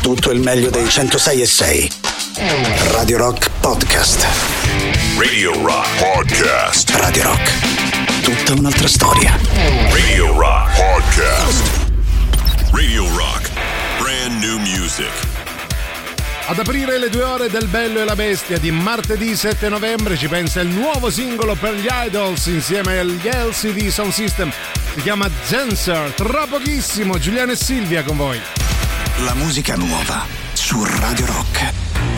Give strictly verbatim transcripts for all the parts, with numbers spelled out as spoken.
tutto il meglio dei centosei e sei. Radio Rock Podcast. Radio Rock Podcast. Radio Rock. Tutta un'altra storia. Radio Rock Podcast. Radio Rock. Brand new music. Ad aprire le due ore del Bello e la Bestia di martedì sette novembre ci pensa il nuovo singolo per gli Idols insieme agli L C D Sound System. Si chiama Dancer. Tra pochissimo Giuliano e Silvia con voi. La musica nuova su Radio Rock.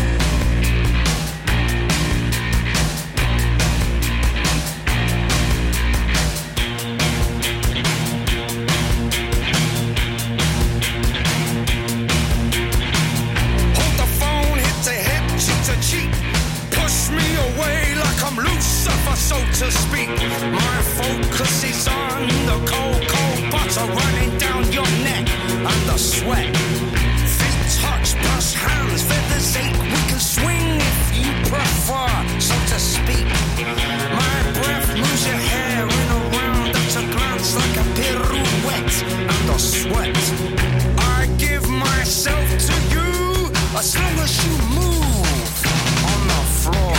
So to speak, my focus is on the cold, cold butter running down your neck and the sweat. Feet touch plus hands, feathers ache, we can swing if you prefer, so to speak. My breath moves your hair in a round at a glance like a pirouette and the sweat. I give myself to you as long as you move on the floor.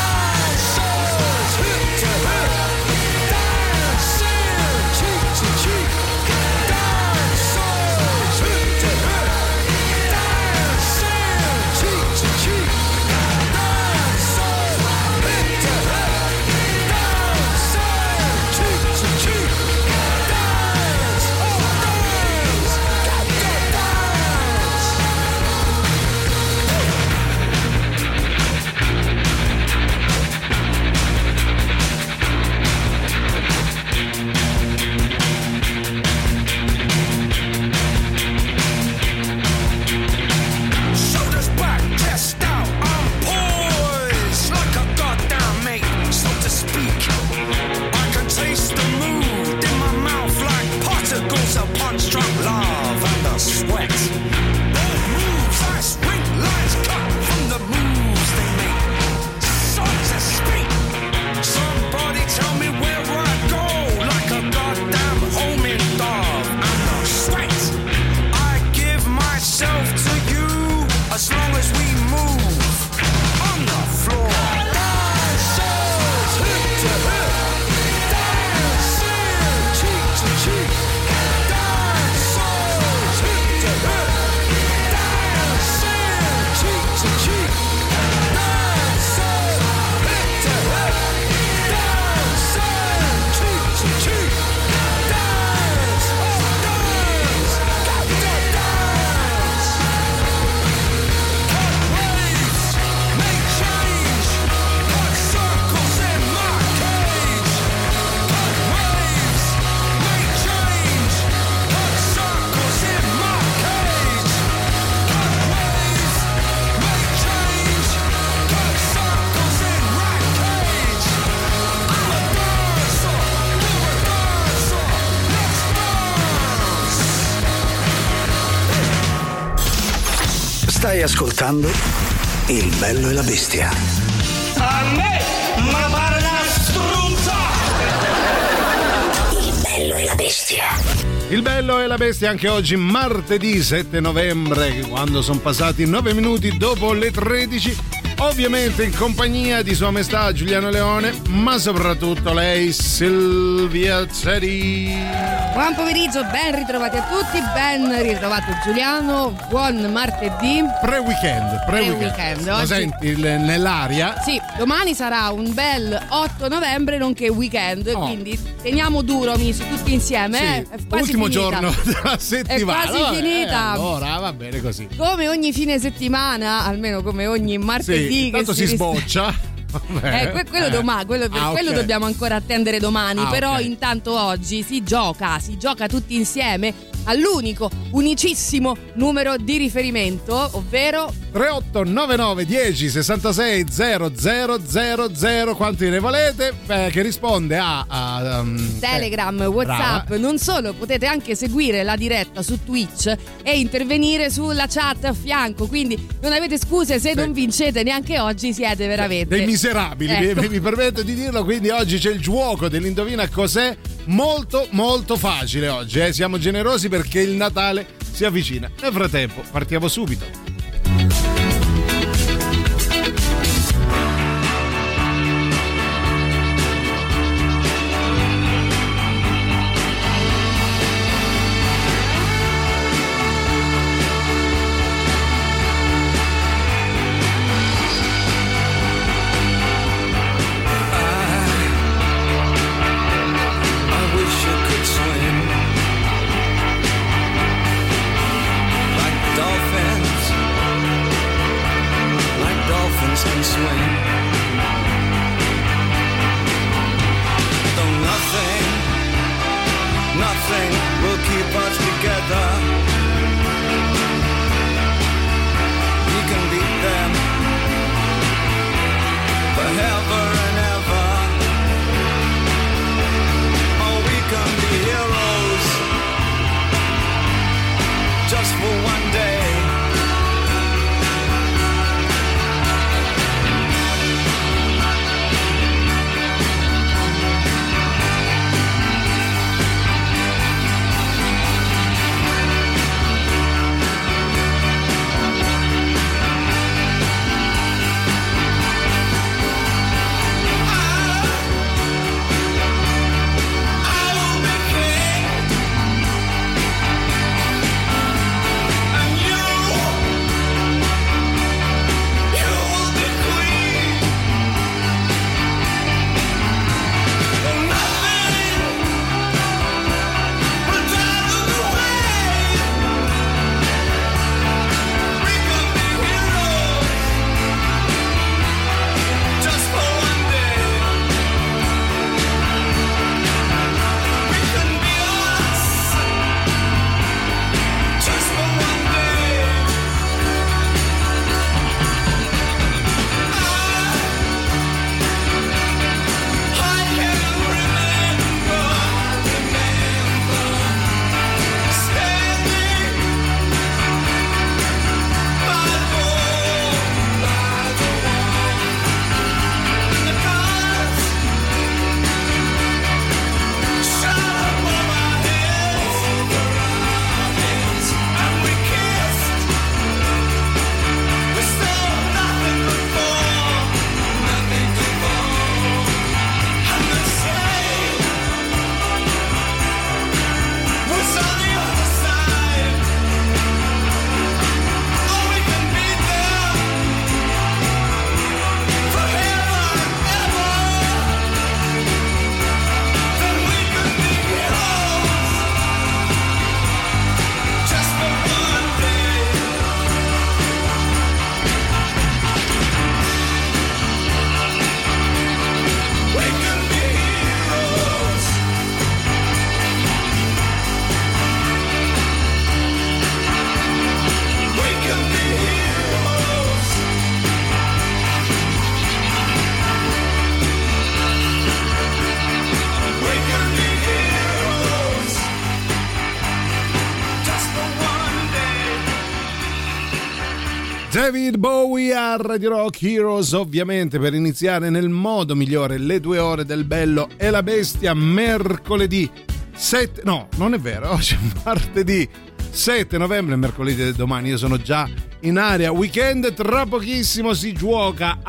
Stai ascoltando Il Bello e la Bestia. A me, ma pare una struzza! Il Bello e la Bestia. Il Bello e la Bestia anche oggi martedì sette novembre, quando sono passati nove minuti dopo le tredici. Ovviamente in compagnia di Sua Maestà Giuliano Leone, ma soprattutto lei Silvia Zeri. Buon pomeriggio, ben ritrovati a tutti, ben ritrovato Giuliano, buon martedì. Pre-weekend, pre-weekend. Pre-weekend. Lo Oggi... senti nell'aria? Sì, domani sarà un bel otto novembre, nonché weekend, oh. Quindi teniamo duro amici, tutti insieme. Sì, eh? È quasi ultimo finita. giorno della settimana. È quasi finita. Eh, allora va bene così. Come ogni fine settimana, almeno come ogni martedì. Sì, tanto si, si sboccia. Eh, que- quello eh. domani, quello, ah, quello okay. dobbiamo ancora attendere domani. Ah, però okay. intanto oggi si gioca, si gioca tutti insieme all'unico, unicissimo numero di riferimento, ovvero tre otto nove nove dieci sessantasei zero zero zero zero. Quanti ne volete? Eh, che risponde a, a um, Telegram, WhatsApp. Brava. Non solo, potete anche seguire la diretta su Twitch e intervenire sulla chat a fianco. Quindi non avete scuse se sì. non vincete neanche oggi, siete veramente dei miserabili. Ecco. Mi, mi permetto di dirlo. Quindi oggi c'è il gioco dell'indovina cos'è. Molto molto facile oggi, eh. Siamo generosi perché il Natale si avvicina. Nel frattempo partiamo subito. David Bowie a Radio Rock Heroes, ovviamente per iniziare nel modo migliore le due ore del Bello e la Bestia, mercoledì sette, no, non è vero, oggi è martedì sette novembre, mercoledì domani, io sono già in area weekend, tra pochissimo si gioca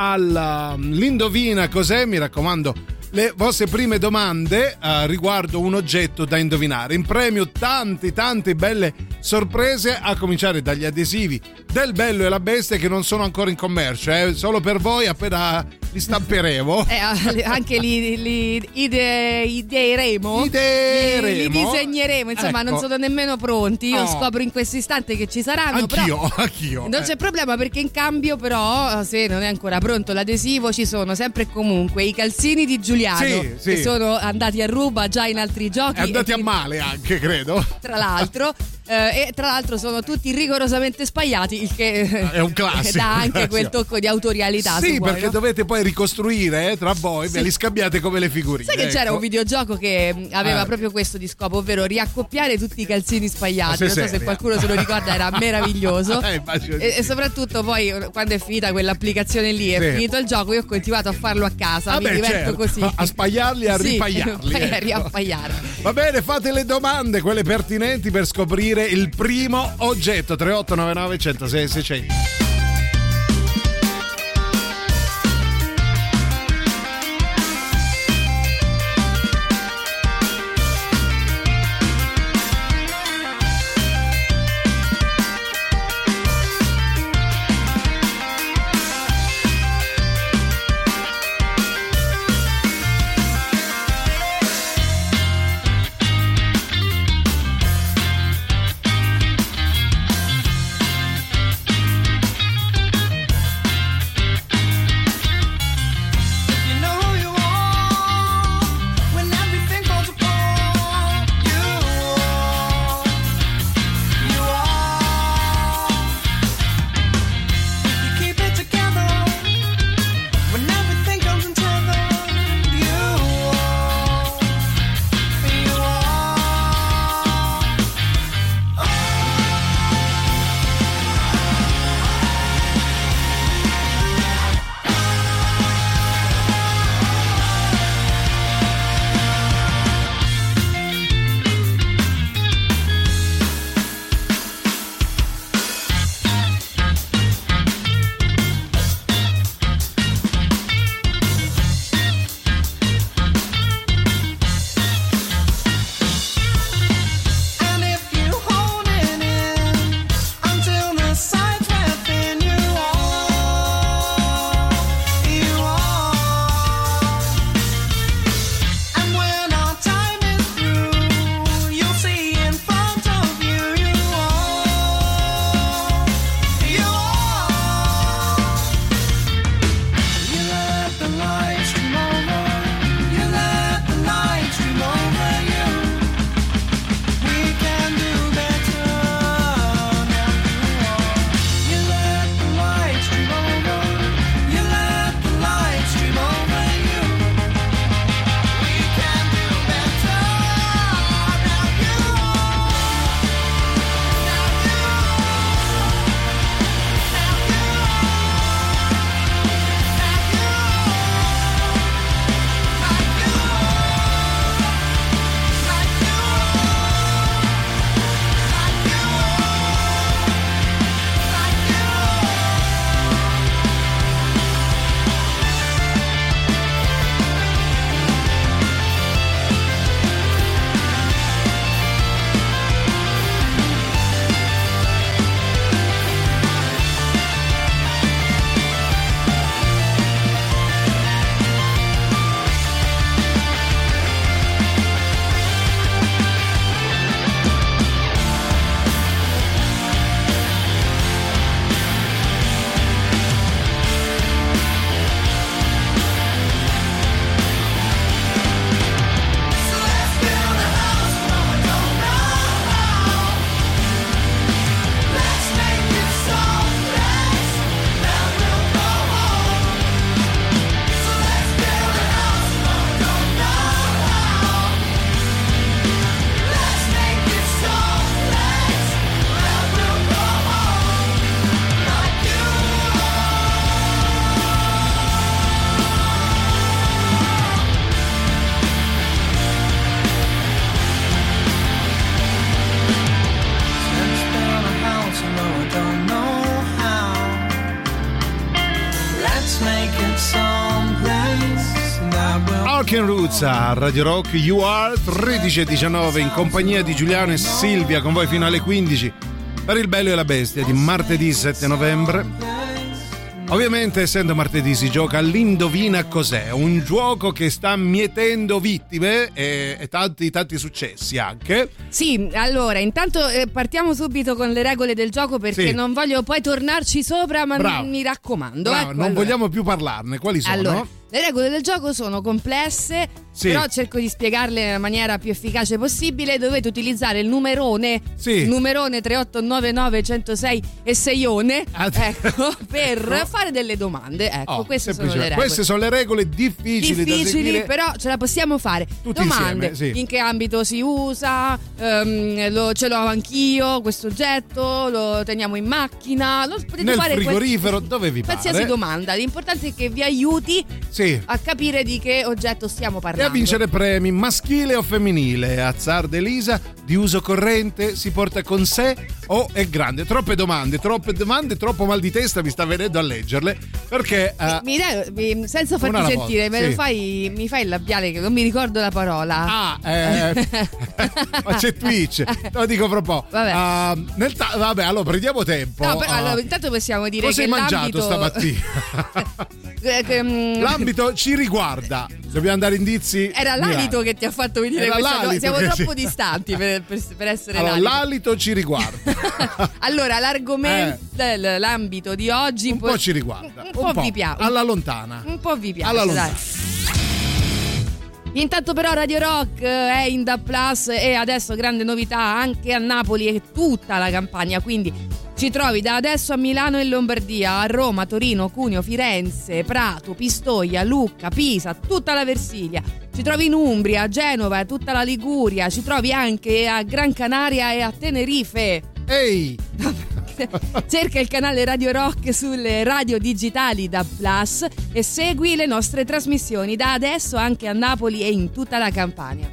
all'Indovina Cos'è, mi raccomando le vostre prime domande uh, riguardo un oggetto da indovinare. In premio tante tante belle sorprese, a cominciare dagli adesivi del Bello e la Bestia che non sono ancora in commercio, eh? Solo per voi, appena li stamperemo. Eh, anche li, li ide, ideeremo, ideeremo. Li, li disegneremo, insomma, ecco. Non sono nemmeno pronti. Io oh. scopro in questo istante che ci saranno. Anch'io, però anch'io. Non eh. c'è problema, perché in cambio, però, se non è ancora pronto l'adesivo, ci sono sempre e comunque i calzini di Giuliano, sì, sì. che sono andati a ruba già in altri giochi. È andati e a male anche, credo. Tra l'altro. Eh, e tra l'altro sono tutti rigorosamente spagliati, il che è un classico, dà anche quel tocco di autorialità. Sì, vuoi, perché no? Dovete poi ricostruire eh, tra voi, sì. Ve li scambiate come le figurine. Sai che ecco. C'era un videogioco che aveva eh. proprio questo di scopo, ovvero riaccoppiare tutti i calzini spagliati. Non so seria? se qualcuno se lo ricorda, era meraviglioso. eh, e, e soprattutto poi quando è finita quell'applicazione lì, è sì. finito il gioco, io ho continuato a farlo a casa. Ah mi beh, diverto certo. così. A spagliarli e a sì, ripagliarli. Poi ecco. a riappagliarli. Va bene, fate le domande, quelle pertinenti per scoprire scoprire il primo oggetto. Tre otto nove nove uno zero sei sei zero zero. Walking Roots a Radio Rock You Are, tredici e diciannove, in compagnia di Giuliano e Silvia, con voi fino alle quindici per il Bello e la Bestia di martedì sette novembre. Ovviamente, essendo martedì, si gioca all'Indovina Cos'è, un gioco che sta mietendo vittime e, e tanti tanti successi anche. Sì, allora intanto eh, partiamo subito con le regole del gioco, perché sì. non voglio poi tornarci sopra, ma Bravo. mi raccomando. Bravo, ecco, non allora. vogliamo più parlarne. Quali sono? Allora, le regole del gioco sono complesse, sì. però cerco di spiegarle nella maniera più efficace possibile. Dovete utilizzare il numerone, sì. il numerone tre otto nove nove uno zero sei e seione, ah, ecco, per ecco. fare delle domande. Ecco, oh, queste sono le regole. Queste sono le regole difficili, difficili da seguire, però ce la possiamo fare. tutti Domande: insieme, sì. in che ambito si usa? Um, lo, ce l'ho anch'io questo oggetto, lo teniamo in macchina, lo potete nel fare frigorifero, qualsiasi, dove vi pare. qualsiasi domanda. L'importante è che vi aiuti sì. a capire di che oggetto stiamo parlando. E a vincere premi maschile o femminile. Azzard Elisa, di uso corrente, si porta con sé o è grande? Troppe domande, troppe domande, troppo mal di testa mi sta venendo a leggerle, perché uh, mi dai, mi, senza farti sentire, me sì. lo fai, mi fai il labiale che non mi ricordo la parola. Ah, eh, ma c'è Twitch, te lo dico proprio. Vabbè. Uh, nel ta- vabbè, allora prendiamo tempo. No, per, uh, allora, intanto possiamo dire cosa che hai mangiato l'ambito... stamattina? che, um... L'ambito ci riguarda. Dobbiamo dare indizi. Era l'alito che ti ha fatto venire Era questa cosa. Siamo che troppo ci... distanti per, per, per essere allora, l'alito. l'alito ci riguarda. Allora, l'argomento, eh. l'ambito di oggi un po' ci riguarda. Un, un, un po' vi piace. Alla lontana. Un po' vi piace. Alla lontana. Dai. Intanto però Radio Rock è in D A B plus e adesso grande novità anche a Napoli e tutta la Campania, quindi ci trovi da adesso a Milano e Lombardia, a Roma, Torino, Cuneo, Firenze, Prato, Pistoia, Lucca, Pisa, tutta la Versilia. Ci trovi in Umbria, Genova, tutta la Liguria, ci trovi anche a Gran Canaria e a Tenerife. Ehi! Cerca il canale Radio Rock sulle radio digitali D A B plus e segui le nostre trasmissioni da adesso anche a Napoli e in tutta la Campania.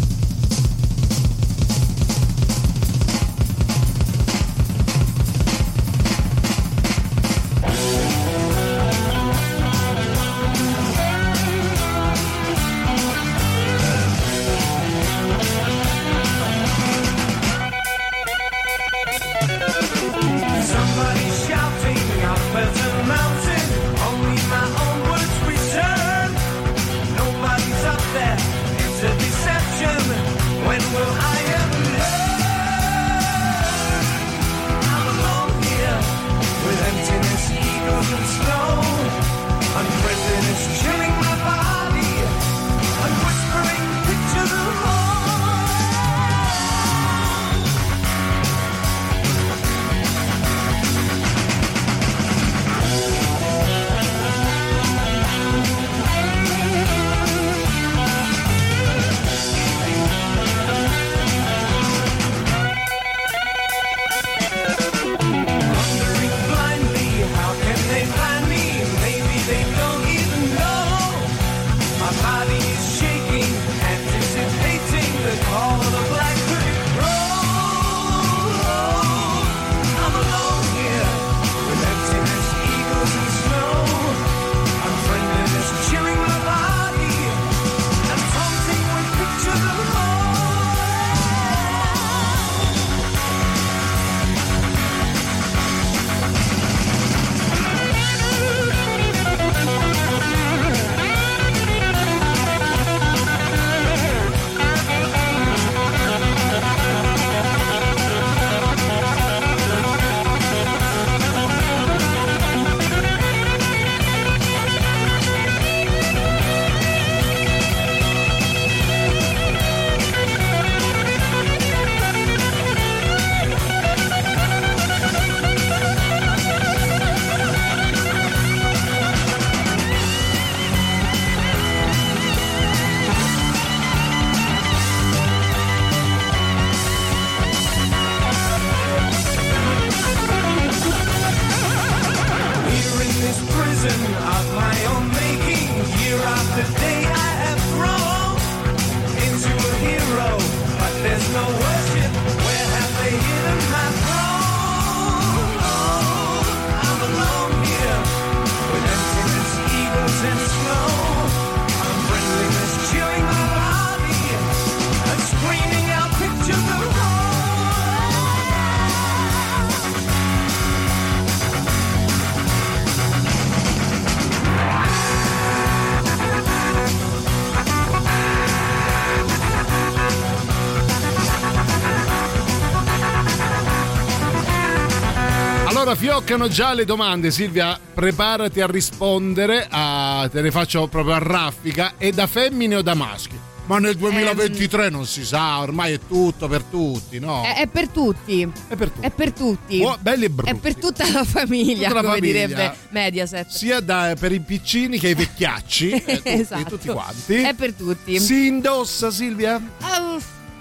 Allora fioccano già le domande, Silvia, preparati a rispondere, a, te ne faccio proprio a raffica. È da femmine o da maschi? Ma nel duemilaventitré non si sa, ormai è tutto per tutti, no? È, è per tutti. È per tutti. È per tutti. Oh, belli e brutti. È per tutta la famiglia, Tutta la come famiglia. direbbe Mediaset. Sia da, per i piccini che i vecchiacci. eh, tutti, Esatto. tutti quanti. È per tutti. Si indossa, Silvia? Uh,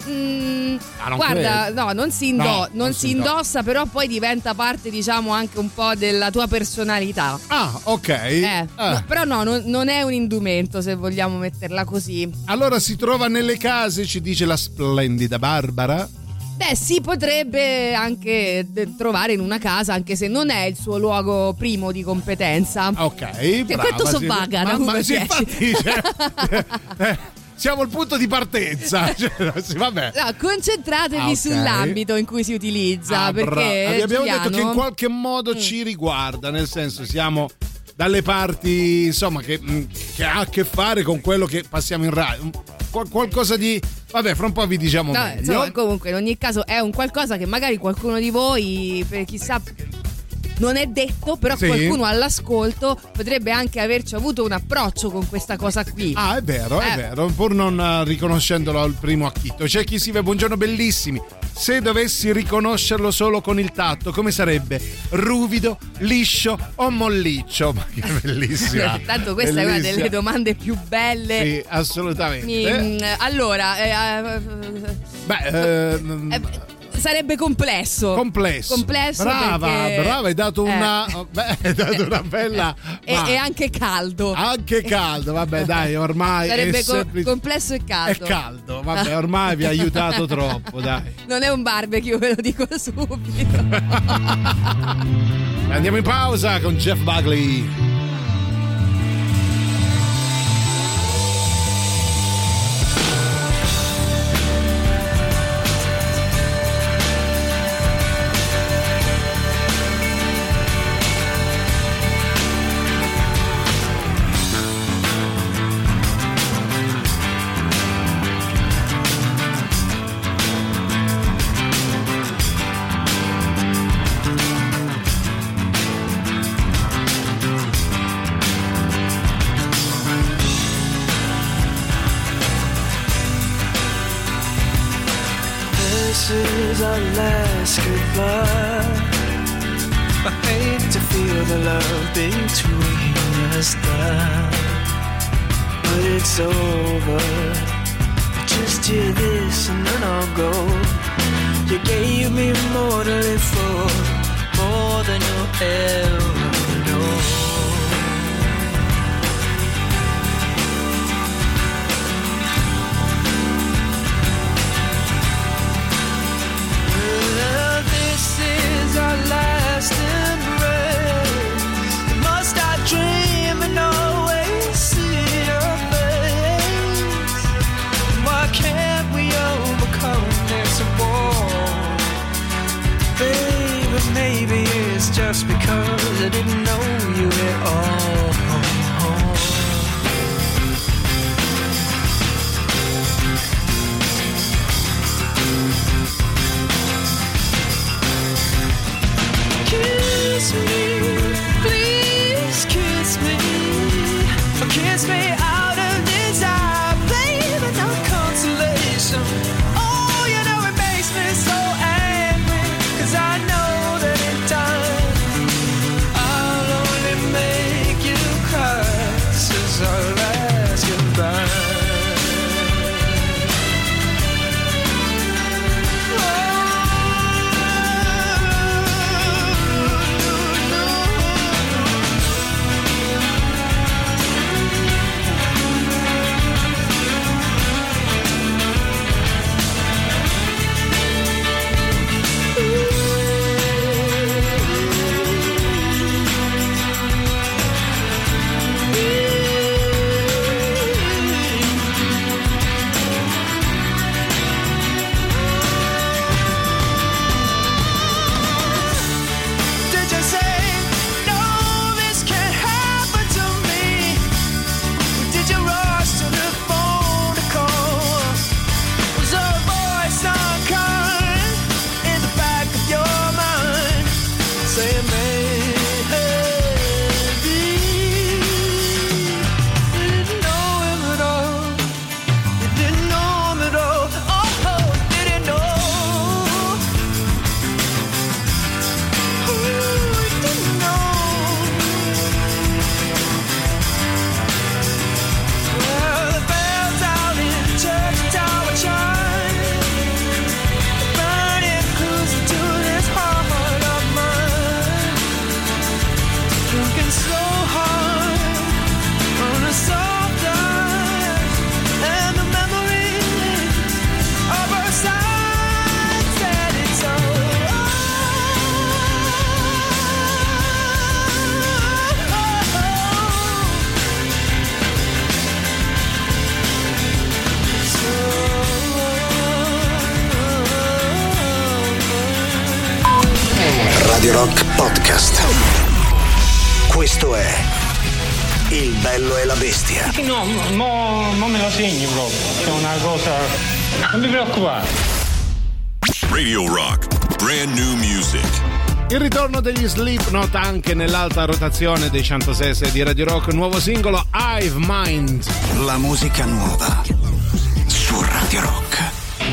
Mm, Ah, non guarda, credo. no, non si, indo- No, non non si si indossa. indossa, però poi diventa parte, diciamo, anche un po' della tua personalità. Ah, ok. Eh, Eh. no, però no, non, non è un indumento, se vogliamo metterla così. Allora si trova nelle case, ci dice la splendida Barbara. Beh, si potrebbe anche de- trovare in una casa, anche se non è il suo luogo primo di competenza. Ok, brava, quanto so sì. vaga, ma, no? ma Come sì, dieci. infatti, cioè, eh, siamo al punto di partenza. Cioè, sì, vabbè. No, concentratevi Ah, ok. sull'ambito in cui si utilizza, Ah, perché bra- abbiamo Giuliano, detto che in qualche modo Mm. ci riguarda, nel senso siamo dalle parti, insomma, che, mh, che ha a che fare con quello che passiamo in radio. Qual- qualcosa di... Vabbè, fra un po' vi diciamo no, meglio. insomma, comunque in ogni caso è un qualcosa che magari qualcuno di voi, per chissà, non è detto, però Sì. qualcuno all'ascolto potrebbe anche averci avuto un approccio con questa cosa qui. Ah, è vero, è Eh. vero, pur non eh, riconoscendolo al primo acchito. C'è chi scrive: buongiorno bellissimi. Se dovessi riconoscerlo solo con il tatto, come sarebbe? Ruvido, liscio o molliccio? Ma che bellissima. Tanto questa è una Bellissima. delle domande più belle. Sì, assolutamente. Mi- allora, eh, Beh, eh, eh, sarebbe complesso. complesso. Complesso Brava, perché- brava, hai dato eh. una beh, hai dato una bella E, ma- e anche caldo. anche caldo, vabbè, dai, ormai Sarebbe è co- semplice- complesso e è caldo. caldo, vabbè, ormai vi ha aiutato troppo, dai. Non è un barbecue, ve lo dico subito. Andiamo in pausa con Jeff Buckley. This is our last goodbye. I hate to feel the love between us now, but it's over. Just hear this and then I'll go. You gave me more to live for, more than you'll ever know. Well, this is our last embrace. Must I dream and always see your face? Why can't we overcome this war? Baby, maybe it's just because I didn't know you at all. Kiss me, please kiss me. Kiss me out of desire, baby, no consolation. Oh, you know it makes me so angry, 'cause I know that in time I'll only make you Podcast. Questo è Il bello e la bestia. No, mo, mo me lo segni proprio. È una cosa. Non mi preoccupare. Radio Rock, brand new music. Il ritorno degli Slipknot anche nell'alta rotazione dei centosei di Radio Rock, nuovo singolo Hive Mind. La musica nuova su Radio Rock.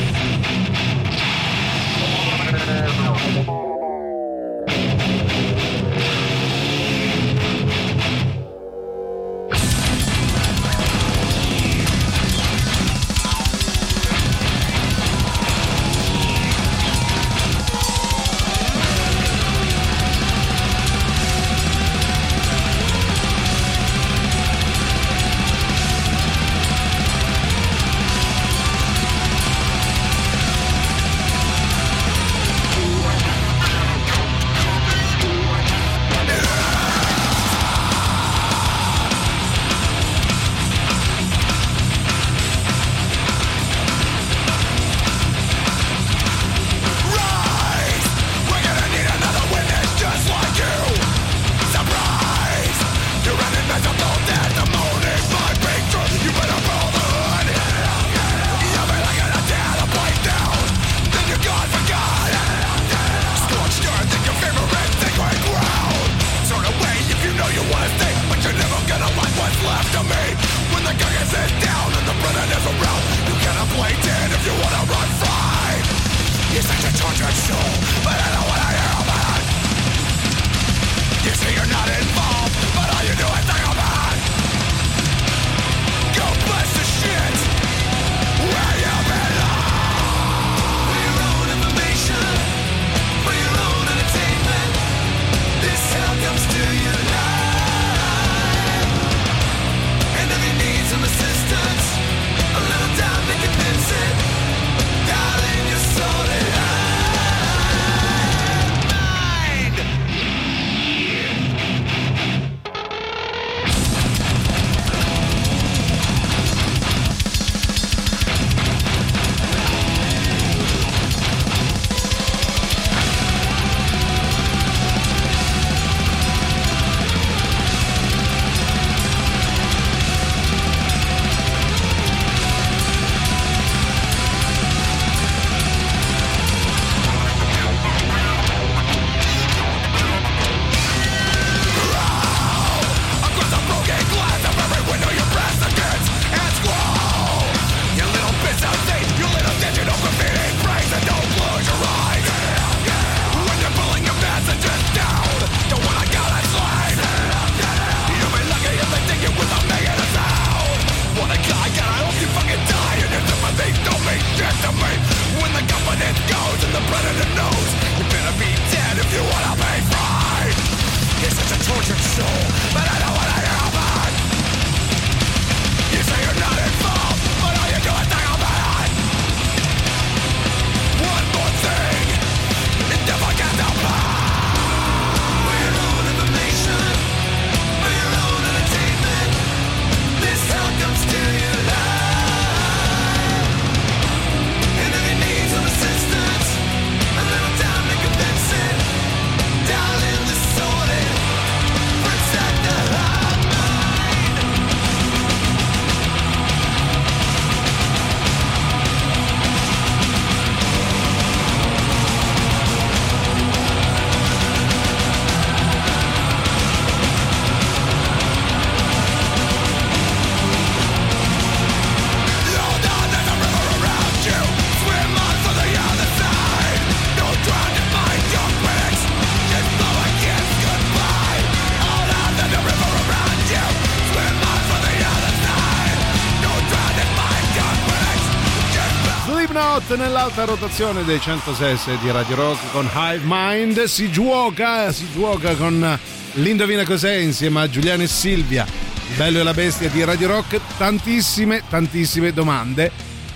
Nell'alta rotazione dei centosei di Radio Rock con Hive Mind si gioca, si gioca con l'Indovina Cos'è insieme a Giuliano e Silvia, il bello e la bestia di Radio Rock, tantissime, tantissime domande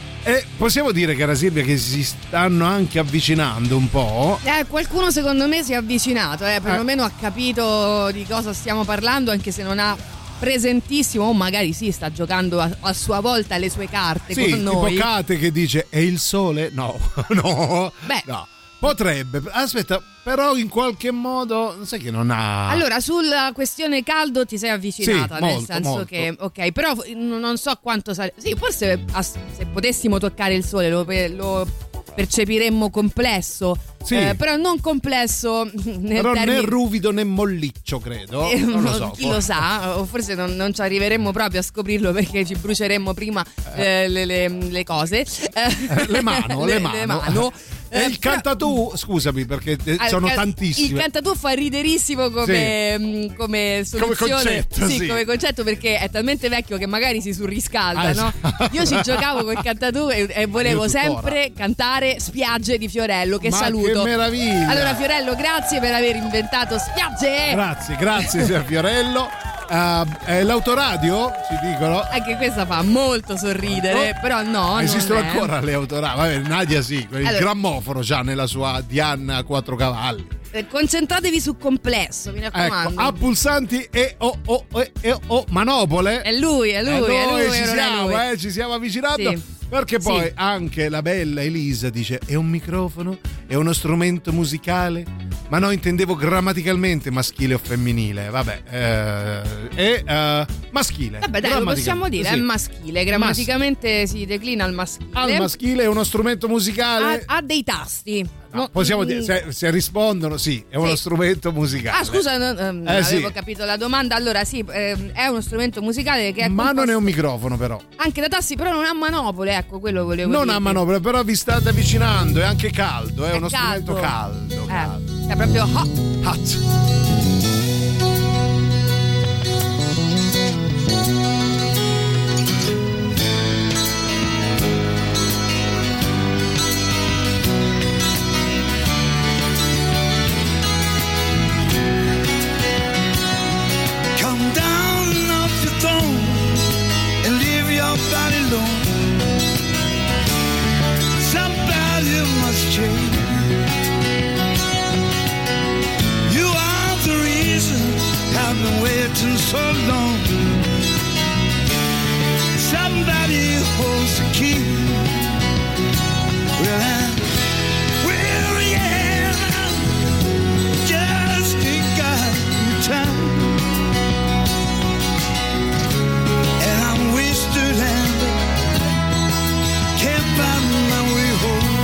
e possiamo dire, cara Silvia, che si stanno anche avvicinando un po'. Eh, qualcuno secondo me si è avvicinato, eh, perlomeno eh. ha capito di cosa stiamo parlando, anche se non ha presentissimo, o magari sì, sta giocando a, a sua volta le sue carte sì, con noi. Tipo Kate che dice: è il sole? No, no. Beh, no. Potrebbe, aspetta, però in qualche modo, sai che non ha... Allora, sulla questione caldo ti sei avvicinata, Sì, nel molto, senso molto. che, ok, però non so quanto sarebbe... Sì, forse as- se potessimo toccare il sole lo, pe- lo percepiremmo complesso, Sì. eh, però non complesso nel Però termine... né ruvido né molliccio, credo. Eh, Non lo so. chi lo sa, o forse non, non ci arriveremmo proprio a scoprirlo perché ci bruceremmo prima eh, le, le- le cose. Eh, le mano, le mano. le mano. E Eh, il però- cantatù, scusami perché eh, Ah, sono il ca- tantissimi. Il cantatù fa riderissimo come, mh, come soluzione, concetto, sì. come concetto, perché è talmente vecchio che magari si surriscalda, Ah, no? esatto. Io ci giocavo col cantatù e, e volevo Io tuttora. sempre cantare Spiagge di Fiorello, che Ma saluto. che meraviglia! Allora Fiorello, grazie per aver inventato Spiagge. Grazie, grazie signor Fiorello. Uh, eh, l'autoradio, ci dicono? Anche questa fa molto sorridere, Oh. però no, non Esistono è. ancora le autoradio? Vabbè, Nadia sì, il Allora- grammofono già nella sua Diana a quattro cavalli. Eh, Concentratevi su complesso, mi Ecco, raccomando. a pulsanti e o o e, e o manopole. È lui, è lui, Eh, è noi lui, ci non è siamo, lui. eh, ci stiamo avvicinando. Sì. Perché poi Sì. anche la bella Elisa dice: è un microfono? È uno strumento musicale? Ma no, intendevo grammaticalmente maschile o femminile. Vabbè, eh, è eh, maschile. Vabbè, dai, lo possiamo dire, Sì. è maschile, grammaticamente si declina al maschile. Al maschile è uno strumento musicale? Ha, ha dei tasti. No, No, possiamo mm, dire, se, se rispondono sì, è uno Sì. strumento musicale. Ah, scusa, non, ehm, Eh, sì. avevo capito la domanda. Allora, sì, ehm, è uno strumento musicale che è Ma non è composto un microfono però. anche da tasti, però non ha manopole, ecco, quello volevo Non dirti. ha manovra, però vi state avvicinando, è anche caldo, è, È uno strumento caldo. Eh, è proprio hot. Hot. Come down off your throne and leave your body alone. Somebody must change. You are the reason I've been waiting so long. Somebody holds the key. Well, I'm weary and I just ain't got the time. And I'm wasted and can't find my way home.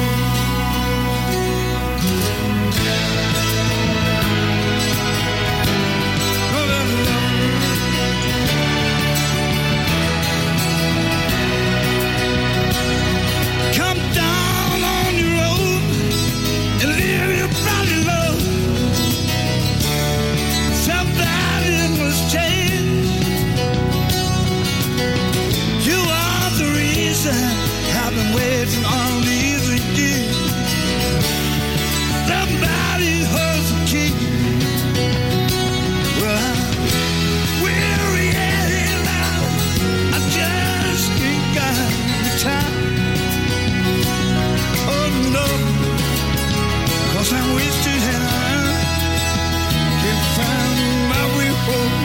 No, no, no. Come down on your road and live your body low. Somebody must change. You are the reason I've been waiting all these years. Somebody holds the key. Well, I'm weary and I, I just ain't got the time. Oh no, 'cause I'm wasted and I can't find my way home.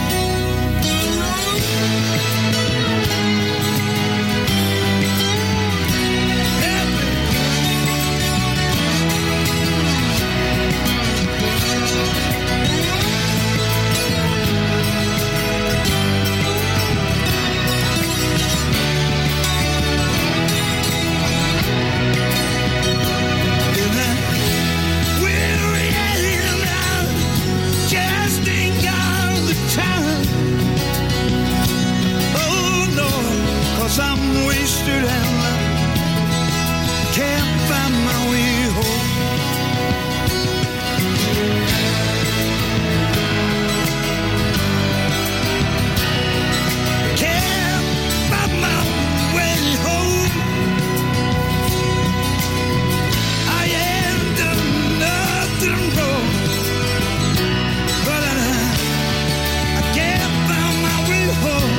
I'm wasted and I can't find my way home. Can't find my way home. I ain't done nothing wrong, but I, I can't find my way home.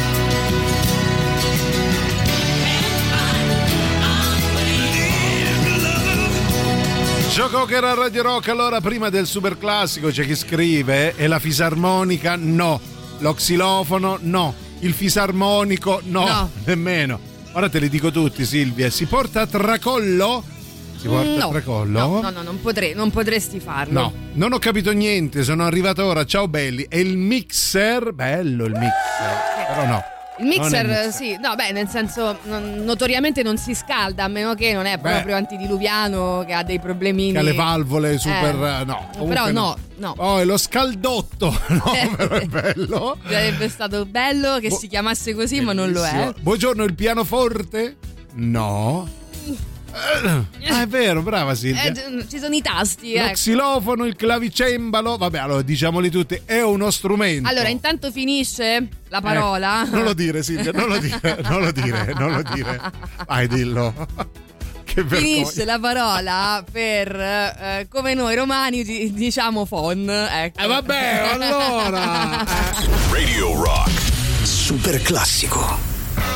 Joe Cocker a Radio Rock. Allora, prima del super classico c'è chi scrive: e la fisarmonica no, lo xilofono no, il fisarmonico no, No. nemmeno. Ora te li dico tutti, Silvia. Si porta a tracollo? Si porta no, il tracollo? No, no, no, non, potrei, non potresti farlo. No, non ho capito niente, sono arrivato ora, ciao belli. E il mixer, bello il mixer, però no. Il mixer, il mixer, sì, no, beh, nel senso, non, notoriamente non si scalda, a meno che non è beh, proprio antediluviano, che ha dei problemini. Che ha le valvole super. Eh, no, però no, no. Oh, e lo scaldotto, no, però è bello. Sarebbe stato bello che Bo- si chiamasse così, ma non lo è. Buongiorno, il pianoforte? No. Ah, è vero, brava Silvia. Eh, ci sono i tasti, Lo ecco. xilofono, il clavicembalo, vabbè, allora diciamoli tutti, è uno strumento. Allora, intanto finisce la parola. Eh, non lo dire, Silvia, non lo dire, non lo dire, non lo dire. Vai, dillo. Che vergogna. Finisce la parola per eh, come noi romani di- diciamo fon, ecco. Eh vabbè, allora. Radio Rock. Super classico.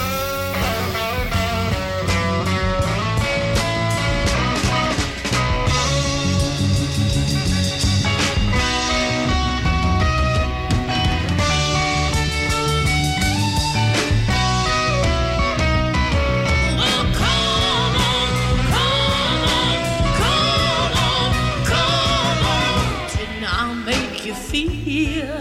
Feel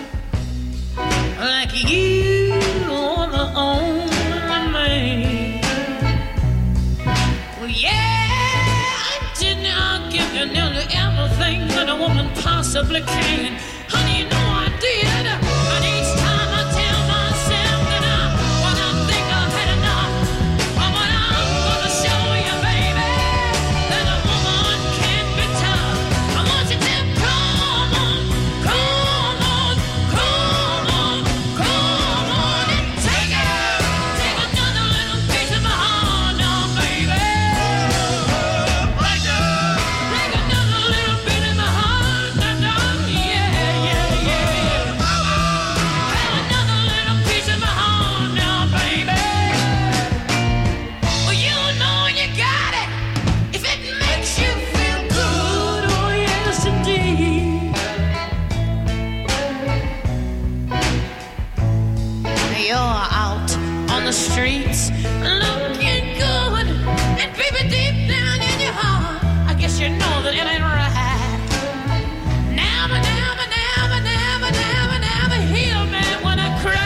like you are the only man. Well, yeah, I did not give you nearly everything that a woman possibly can. Honey, you know I did. And each time I tell myself that I, when I think I've had enough, but when I'm gonna show you, baby, that a woman can be tough. I want you to come on. Come on, come on, come on and take it. Take another little piece of my heart now, baby. Take another little bit of my heart now, yeah, yeah, yeah. Have another little piece of my heart now, baby. Well, you know you got it if it makes you feel good. Oh, yes, indeed. You're out on the streets looking good, and baby, deep down in your heart, I guess you know that it ain't right. Never, never, never, never, never, never heal me when I cry.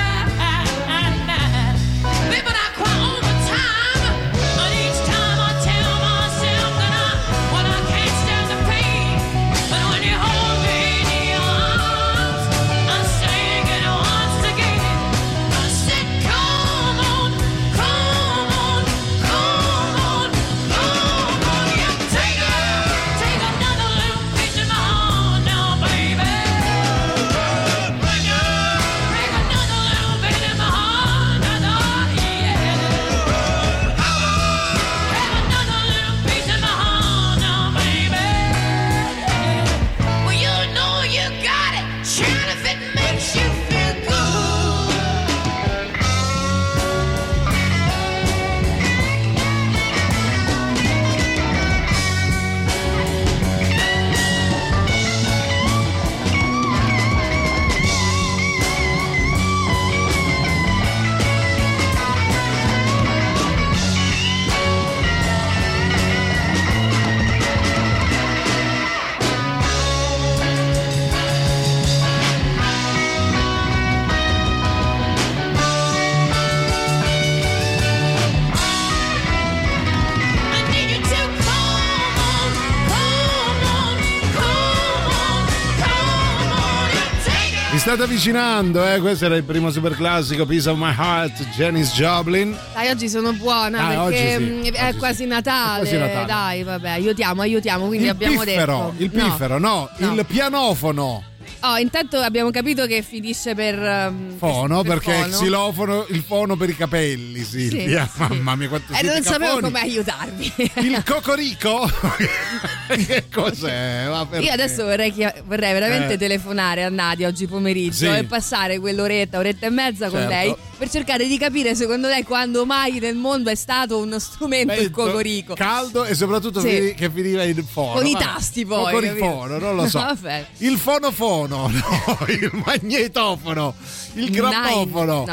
Baby, I cry all the time, but each time I tell myself that I, well, I can't stand the pain. But when you hold me in your arms, I sing it once again. I said, come on, come on, come on, come on. Yeah, take it, take another little piece of my heart now, baby. Bring it, bring another little bit of my heart now, yeah. Have another little piece of my heart now, baby. Well, you know you got it. Shine if it makes you feel good. I need you to come on, come on, come on, come on and take it. Vi state avvicinando, eh? Questo era il primo super classico, Piece of My Heart, Janis Joplin. Dai, oggi sono buona Dai, perché oggi sì, mh, è oggi quasi sì. Natale. È quasi Natale. Dai, vabbè, aiutiamo, aiutiamo. Quindi Il abbiamo piffero, detto. il piffero, no, No. il pianofono. Oh, intanto abbiamo capito che finisce per um, Fono, per perché fono. xilofono, il fono per i capelli, Silvia. Sì, sì. Mamma mia, quanto Eh, siete non sapevo cafoni. come aiutarvi. Il cocorico? Che cos'è? Ma perché? Io adesso vorrei, chia- vorrei veramente Eh. telefonare a Nadia oggi pomeriggio Sì. e passare quell'oretta, oretta e mezza con Certo. lei per cercare di capire secondo lei quando mai nel mondo è stato uno strumento il Vento, cocorico. caldo e soprattutto Sì. fini- che finiva in fono. Con i Vabbè. tasti poi, Cocorifono, capito? non lo so. Vabbè. Il fonofono, no, il magnetofono, il grammofono. Nine. No.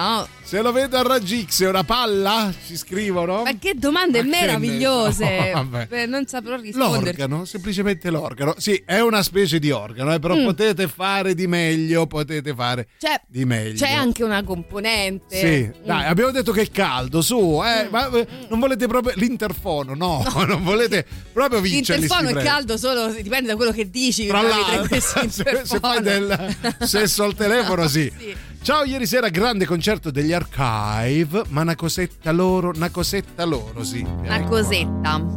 Se lo vedo a raggi X è una palla? Ci scrivono. Ma che domande Ma che meravigliose! ne so, vabbè. Beh, non saprò rispondere. L'organo, semplicemente l'organo. Sì, è una specie di organo, eh, però mm. potete fare di meglio, potete fare c'è, di meglio. C'è anche una componente. Sì, mm. dai, abbiamo detto che è caldo, su, eh, mm. ma non volete proprio l'interfono, no, no. non volete proprio vincere. L'interfono è caldo solo, dipende da quello che dici. Tra l'altro, se, se fai del sesso al telefono, sì. sì. Ciao, ieri sera grande concerto degli Archive, ma una cosetta loro, una cosetta loro, sì. Una ecco. cosetta.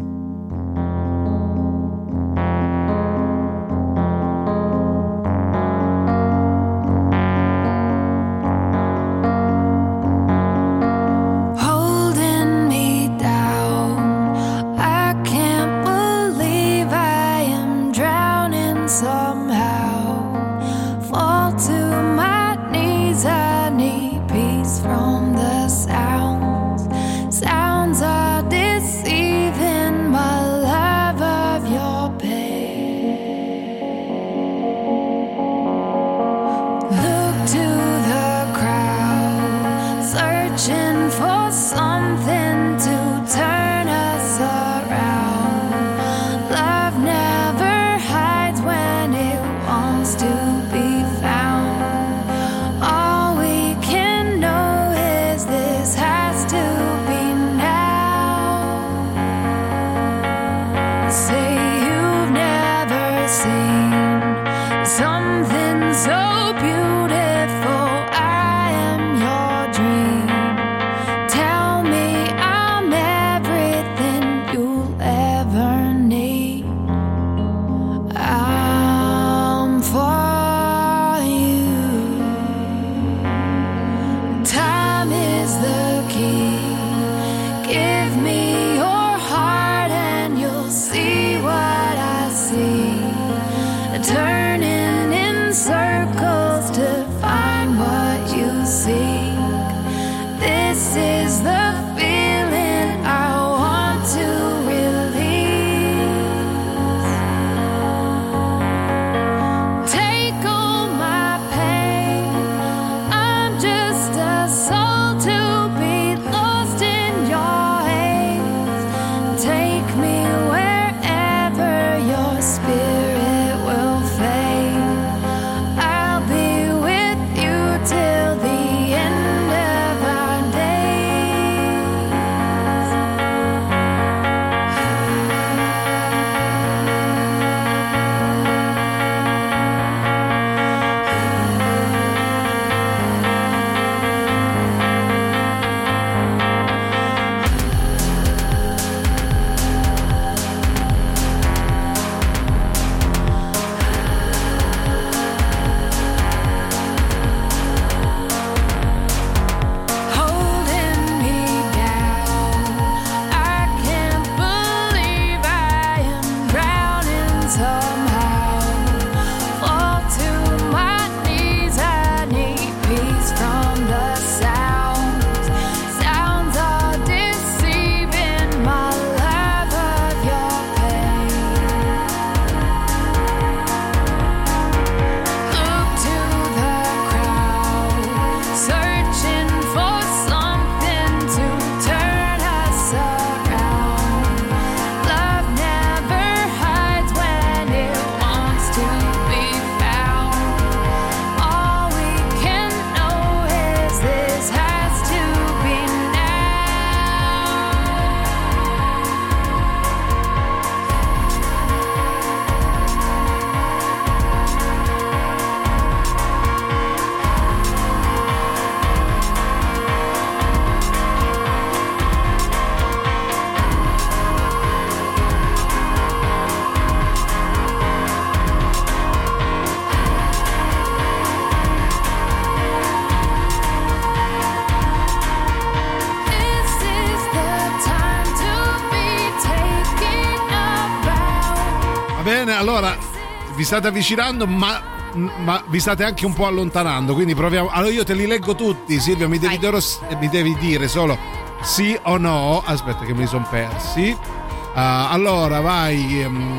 Bene, allora vi state avvicinando, ma, ma vi state anche un po' allontanando, quindi proviamo. Allora io te li leggo tutti, Silvia, mi devi, dire, mi devi dire solo sì o no. Aspetta che mi sono persi. Uh, allora vai. Um,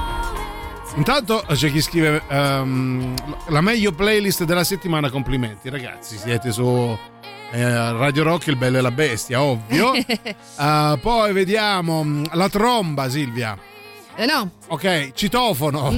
intanto c'è chi scrive um, la meglio playlist della settimana, complimenti ragazzi, siete su eh, Radio Rock, il bello e la bestia, ovvio. uh, poi vediamo la tromba, Silvia. Eh, no. Ok, citofono.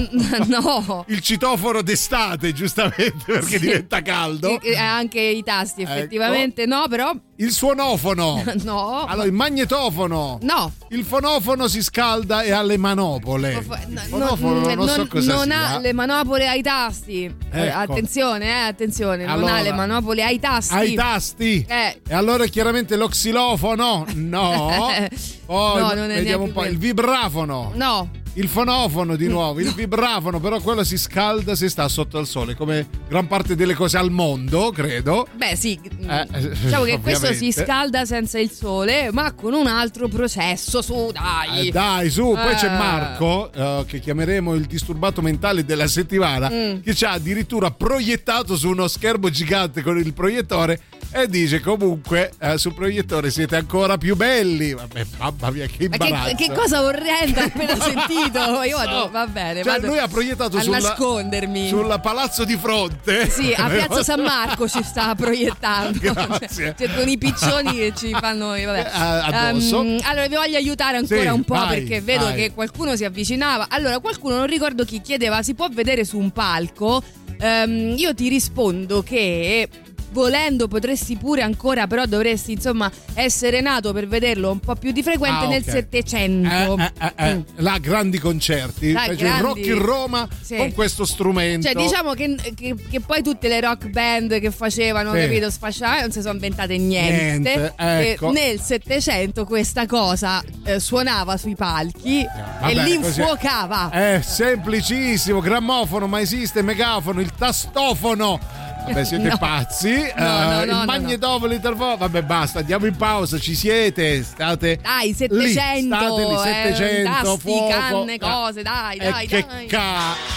No. Il citofono d'estate, giustamente, perché diventa caldo. E, e anche i tasti, effettivamente, ecco. No, però. Il suonofono. No. Allora, il magnetofono. No. Il fonofono si scalda e ha le manopole. Il fonofono no, non, non so cosa non sia. ha le manopole ai tasti. Ecco. Attenzione, eh, attenzione. Allora, non ha le manopole ai tasti. Ai tasti. Eh. E allora chiaramente lo xilofono. No. Poi no, non è vediamo un po'. quello. Il vibrafono. No. Il fonofono di nuovo, il vibrafono, però quello si scalda se sta sotto al sole, come gran parte delle cose al mondo, credo. Beh, sì, eh, diciamo che ovviamente. questo si scalda senza il sole, ma con un altro processo, su, dai. Eh, dai, su, poi eh. c'è Marco, uh, che chiameremo il disturbato mentale della settimana, mm. che ci ha addirittura proiettato su uno schermo gigante con il proiettore e dice comunque uh, sul proiettore siete ancora più belli. Vabbè, mamma mia, che imbarazzo. Ma che, che cosa orrenda appena sentito. Io vado, va bene. Cioè, vado lui ha proiettato a sulla, nascondermi sul palazzo di fronte. Sì, a Piazza San Marco ci sta proiettando. Grazie. Cioè, con i piccioni che ci fanno. Vabbè. Addosso. Um, allora vi voglio aiutare ancora sì, un po' vai, perché vedo vai. che qualcuno si avvicinava. Allora, qualcuno, non ricordo chi, chiedeva: si può vedere su un palco? Um, io ti rispondo che volendo potresti pure ancora, però dovresti insomma essere nato per vederlo un po' più di frequente ah, nel okay. Settecento. Eh, eh, eh, mm. La grandi concerti, La cioè grandi... Rock in Roma sì. con questo strumento. Cioè diciamo che, che, che poi tutte le rock band che facevano, sì. capito, sfasciare, non si sono inventate niente. niente ecco. E nel Settecento questa cosa eh, suonava sui palchi eh, vabbè, e li infuocava. È semplicissimo, grammofono, ma esiste, megafono, il tastofono. Vabbè, siete no. pazzi. No, no, uh, no, il magnetofono, no. l'interfono. Vabbè, basta, andiamo in pausa. Ci siete? State. Dai, settecento. Lì, state lì, settecento. Eh, tasti, fuoco. canne, cose, dai, eh, dai, che dai. Ca-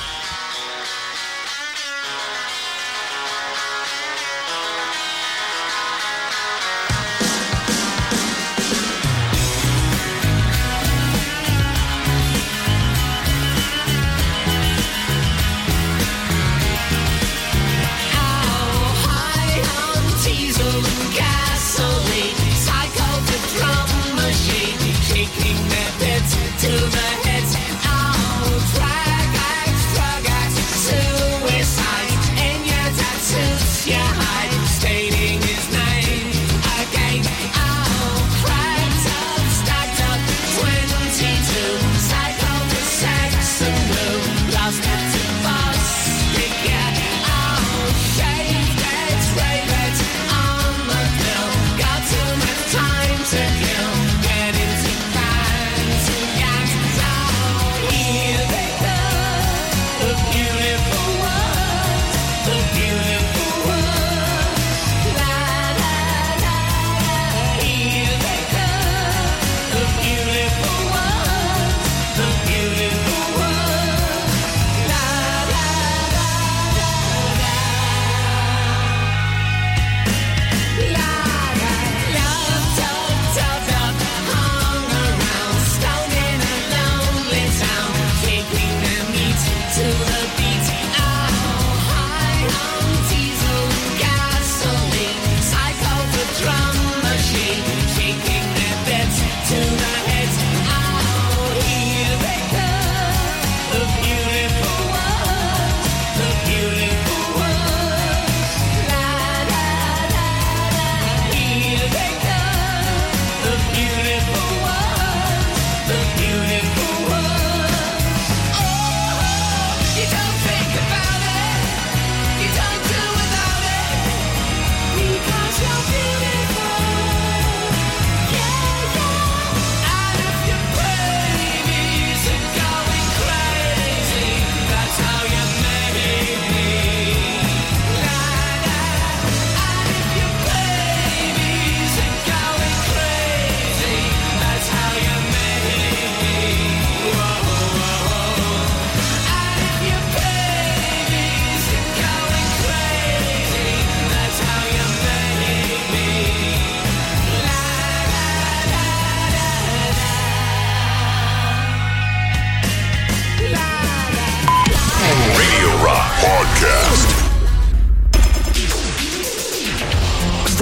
To the heads, I'll drag, I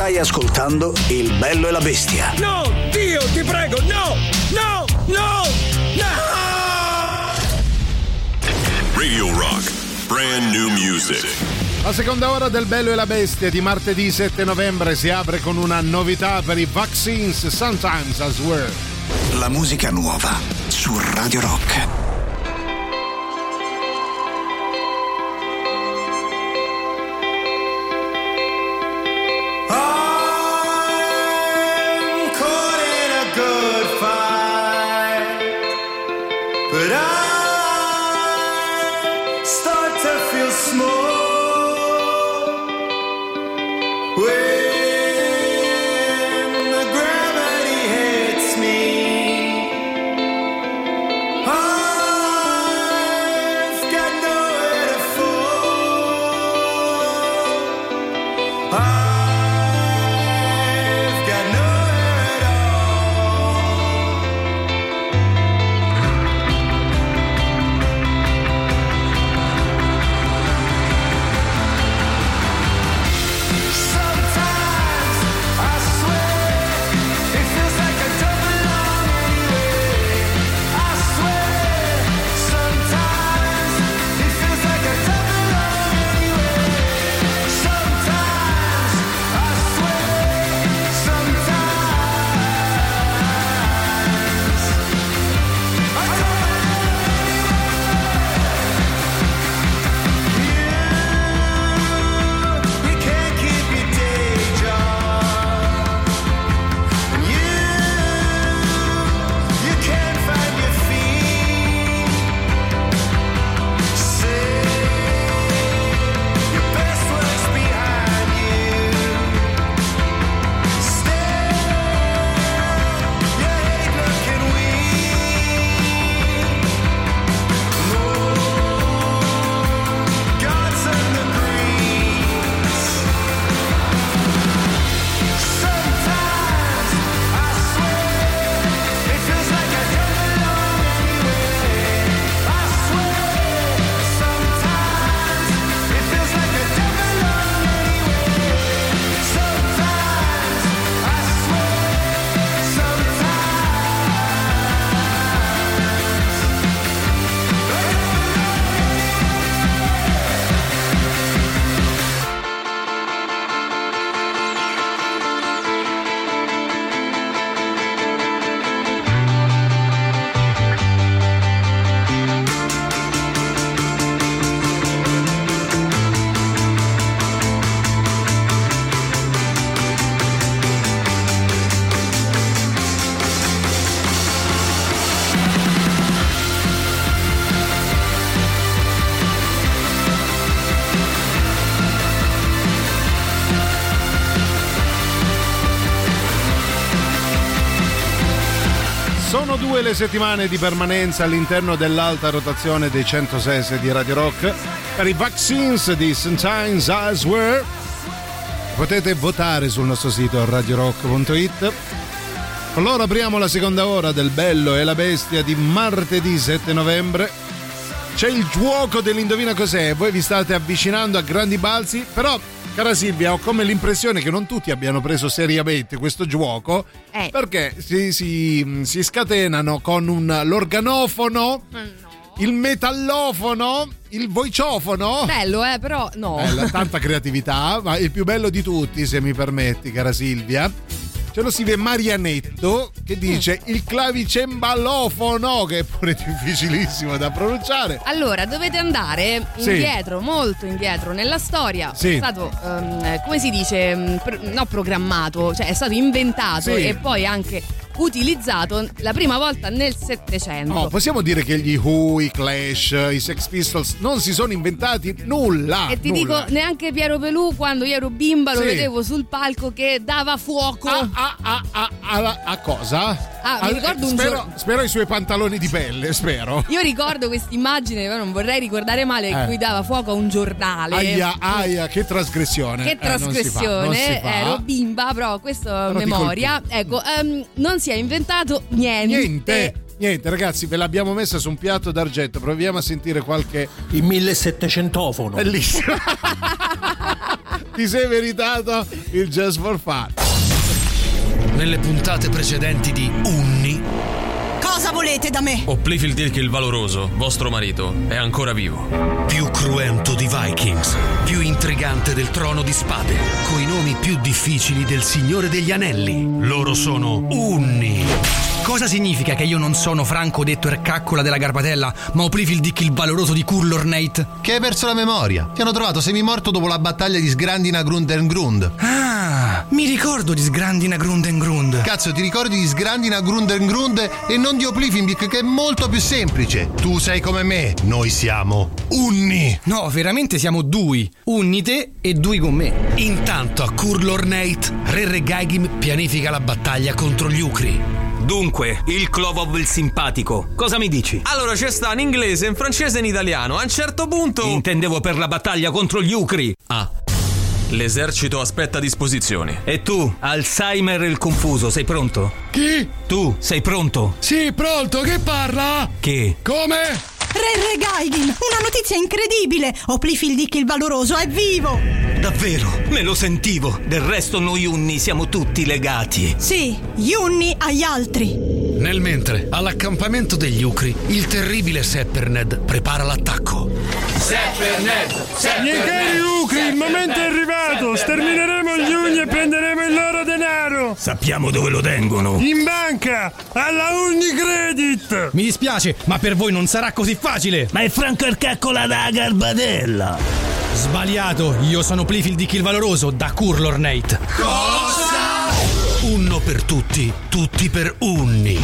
Stai ascoltando Il Bello e la Bestia. No, Dio, ti prego, no, no, no, no! Radio Rock, brand new music. La seconda ora del Bello e la Bestia di martedì sette novembre si apre con una novità per i Vaccines, Sometimes I Swear. La musica nuova su Radio Rock. But I start to feel small when the gravity hits me. I've got nowhere to fall. I've got nowhere at all. Sono due le settimane di permanenza all'interno dell'alta rotazione dei centosei di Radio Rock per i Vaccines di Sometimes I Swear. Potete votare sul nostro sito radio rock punto it. Allora apriamo la seconda ora del Bello e la Bestia di martedì sette novembre. C'è il gioco dell'indovina cos'è. Voi vi state avvicinando a grandi balzi, però cara Silvia, ho come l'impressione che non tutti abbiano preso seriamente questo gioco, eh. perché si, si, si scatenano con un, l'organofono, no. il metallofono, il voiciofono. Bello, eh, però no. Bella, tanta creatività, ma il più bello di tutti, se mi permetti, cara Silvia, ce lo scrive Marianetto che dice mm. il clavicemballofono, che è pure difficilissimo da pronunciare. Allora, dovete andare indietro, sì. molto indietro nella storia. Sì. È stato, um, come si dice, pro- no programmato, cioè è stato inventato sì. e poi anche utilizzato la prima volta nel Settecento. No, possiamo dire che gli Who, i Clash, i Sex Pistols non si sono inventati nulla. E ti nulla. dico, neanche Piero Pelù, quando io ero bimba, lo sì. vedevo sul palco che dava fuoco. A, a, a, a, a, a cosa? Ah, mi ricordo un spero, giorno. spero i suoi pantaloni di pelle, spero. Io ricordo quest'immagine, però non vorrei ricordare male, in eh. cui dava fuoco a un giornale. Aia, aia, che trasgressione. Che eh, trasgressione, non si fa, non si fa. Ero bimba, però questa però memoria. Ecco, um, non si è inventato niente. Niente. Niente, ragazzi, ve l'abbiamo messa su un piatto d'argento. Proviamo a sentire qualche. Il millesettecentofono. Bellissimo. ti sei meritato il Just for Fun. Nelle puntate precedenti di Unni. Cosa volete da me? Oplifil Dirk il Valoroso, vostro marito, è ancora vivo. Più cruento di Vikings, più intrigante del Trono di Spade, coi nomi più difficili del Signore degli Anelli. Loro sono Unni. Cosa significa che io non sono Franco detto Ercaccola della Garbatella, ma Oplifil Dick il Valoroso di Kurlornate? Che hai perso la memoria. Ti hanno trovato semimorto dopo la battaglia di Sgrandina Grundengrund. Ah, mi ricordo di Sgrandina Grundengrund. Cazzo, ti ricordi di Sgrandina Grundengrund e non di Oplifil Dick, che è molto più semplice. Tu sei come me, noi siamo Unni. No, veramente siamo dui. Unni te e dui con me. Intanto a Kurlornate, Re Regaigim pianifica la battaglia contro gli Ucri. Dunque, il Clovov il simpatico, cosa mi dici? Allora c'è sta in inglese, in francese e in italiano. A un certo punto... Intendevo per la battaglia contro gli Ucri. Ah, l'esercito aspetta a disposizione. E tu, Alzheimer il confuso, sei pronto? Chi? Tu, sei pronto? Sì, pronto, che parla? Che? Come? Re Regaigim, una notizia incredibile! Oplifil Dick il Valoroso è vivo! Davvero, me lo sentivo. Del resto noi Unni siamo tutti legati. Sì, gli Unni agli altri. Nel mentre, all'accampamento degli Ucri, il terribile Sepperned prepara l'attacco. Sepperned! Miei cari Ucri, il momento è arrivato! Stermineremo gli Unni e prenderemo il loro denaro! Sappiamo dove lo tengono. In banca! Alla Unicredit! Mi dispiace, ma per voi non sarà così facile! Ma è Franco Ercaccola da Garbatella! Sbagliato, io sono Oplifil Dick il Valoroso da Kurlornate. Cosa? Unno per tutti, tutti per Unni.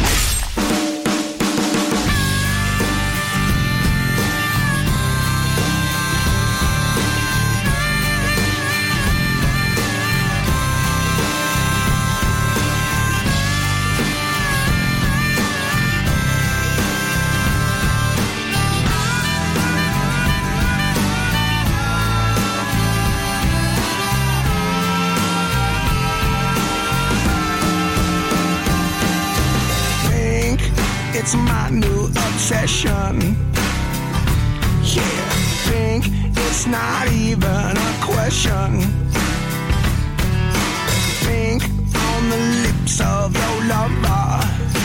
It's my new obsession. Yeah, think it's not even a question. Think on the lips of your lover.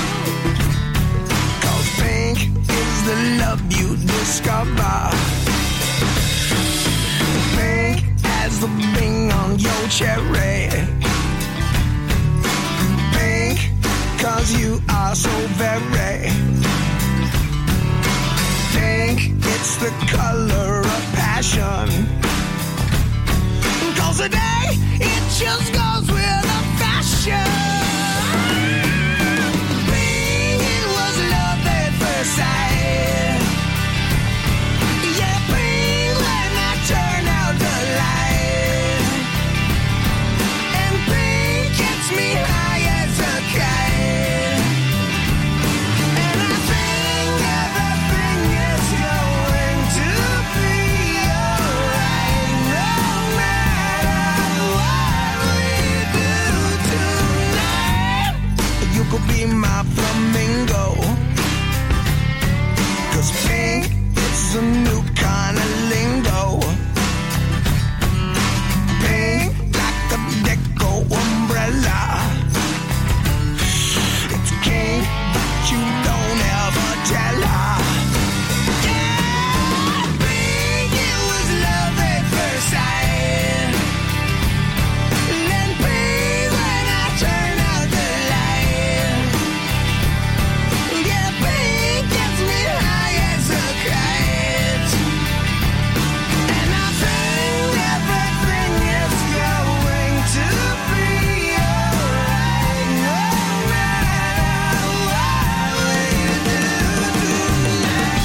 Cause think is the love you discover. Think as the bing on your cherry. Think cause you are so very. Think it's the color of passion. Cause today it just goes with the fashion. Think it was love at first sight. Yeah, think when I turn out the light. And think gets me high as a kite. And I think everything is going to be alright. No matter what we do tonight, you could be my flamingo. Cause pink is a new kind of lingo. Pink like a deco umbrella. It's king, but you don't ever tell her. Yeah, pink, it was love at first sight. Then pink when I turn out the light. Yeah, pink gets me high as a kite. And I think everything is going to be alright. No matter what we do tonight.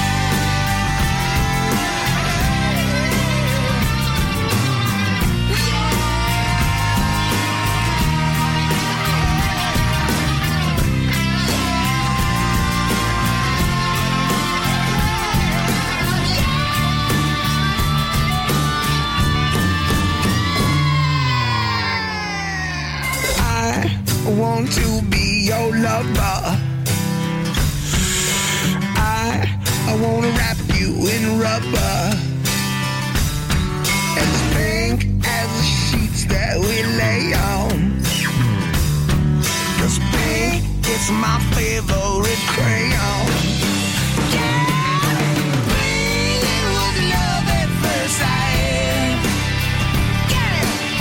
I want to be your lover. I I want to wrap you in rubber. As pink as a was my favorite crayon. Yeah, it was love at first sight. Get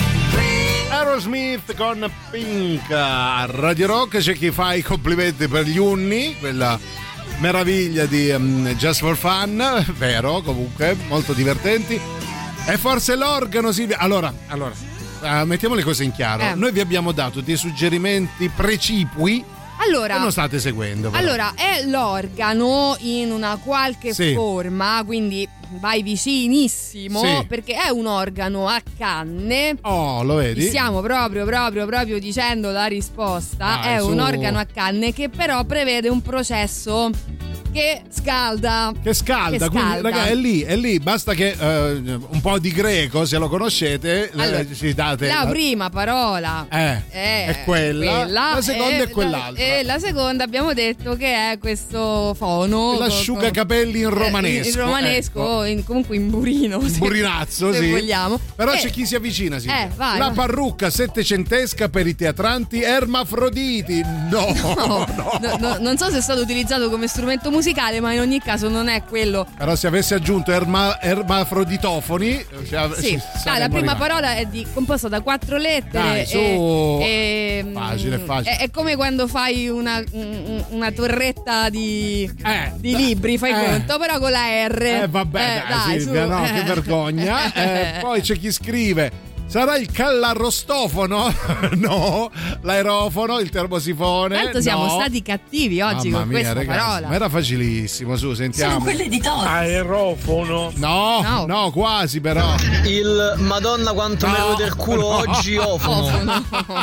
it? Aerosmith con Pink a Radio Rock. C'è chi fa i complimenti per gli unni, quella meraviglia di um, Just for Fun, vero, comunque molto divertenti. E forse l'organo Silvia. Allora, allora uh, mettiamo le cose in chiaro. Eh. Noi vi abbiamo dato dei suggerimenti precipui. Allora, e non state seguendo però. Allora, è l'organo in una qualche Sì. forma, quindi vai vicinissimo, Sì. perché è un organo a canne. Oh, lo vedi? Stiamo proprio, proprio, proprio dicendo la risposta. Dai, è su. un organo a canne che però prevede un processo che scalda. Che scalda, Che quindi scalda. raga, è lì, è lì, basta che eh, un po' di greco, se lo conoscete, Allora, eh, ci date La prima parola Eh, è, è quella, la seconda e è quell'altra. La, e la seconda abbiamo detto che è questo fono. L'asciugacapelli in romanesco. Eh, in romanesco, ecco. in- comunque in burino. Un se- burinazzo, se sì. vogliamo. Però Eh, c'è chi si avvicina, sì. Eh, vai, La vai. parrucca settecentesca per i teatranti ermafroditi. No, No, no. no, no, non so se è stato utilizzato come strumento musicale, ma in ogni caso non è quello. Però se avesse aggiunto erma, ermafroditofoni, cioè, Sì, ci ah, la saremmo prima arrivati. parola è di- composta da quattro lettere. Dai, su. e- e- Facile, facile. È, è come quando fai una, un- una torretta di, di libri, fai eh. conto, però con la R. Eh vabbè, Eh, dai, dai, Silvia, su. no, che vergogna. Eh, poi c'è chi scrive: sarà il callarrostofono? No, l'aerofono, il termosifone. Tanto siamo no. stati cattivi oggi Mamma con mia, questa ragazzi, parola. ma era facilissimo, su, sentiamo. di Toro. Aerofono. No, no, No. quasi però. Il Madonna quanto No, me lo del culo no. oggi ofono.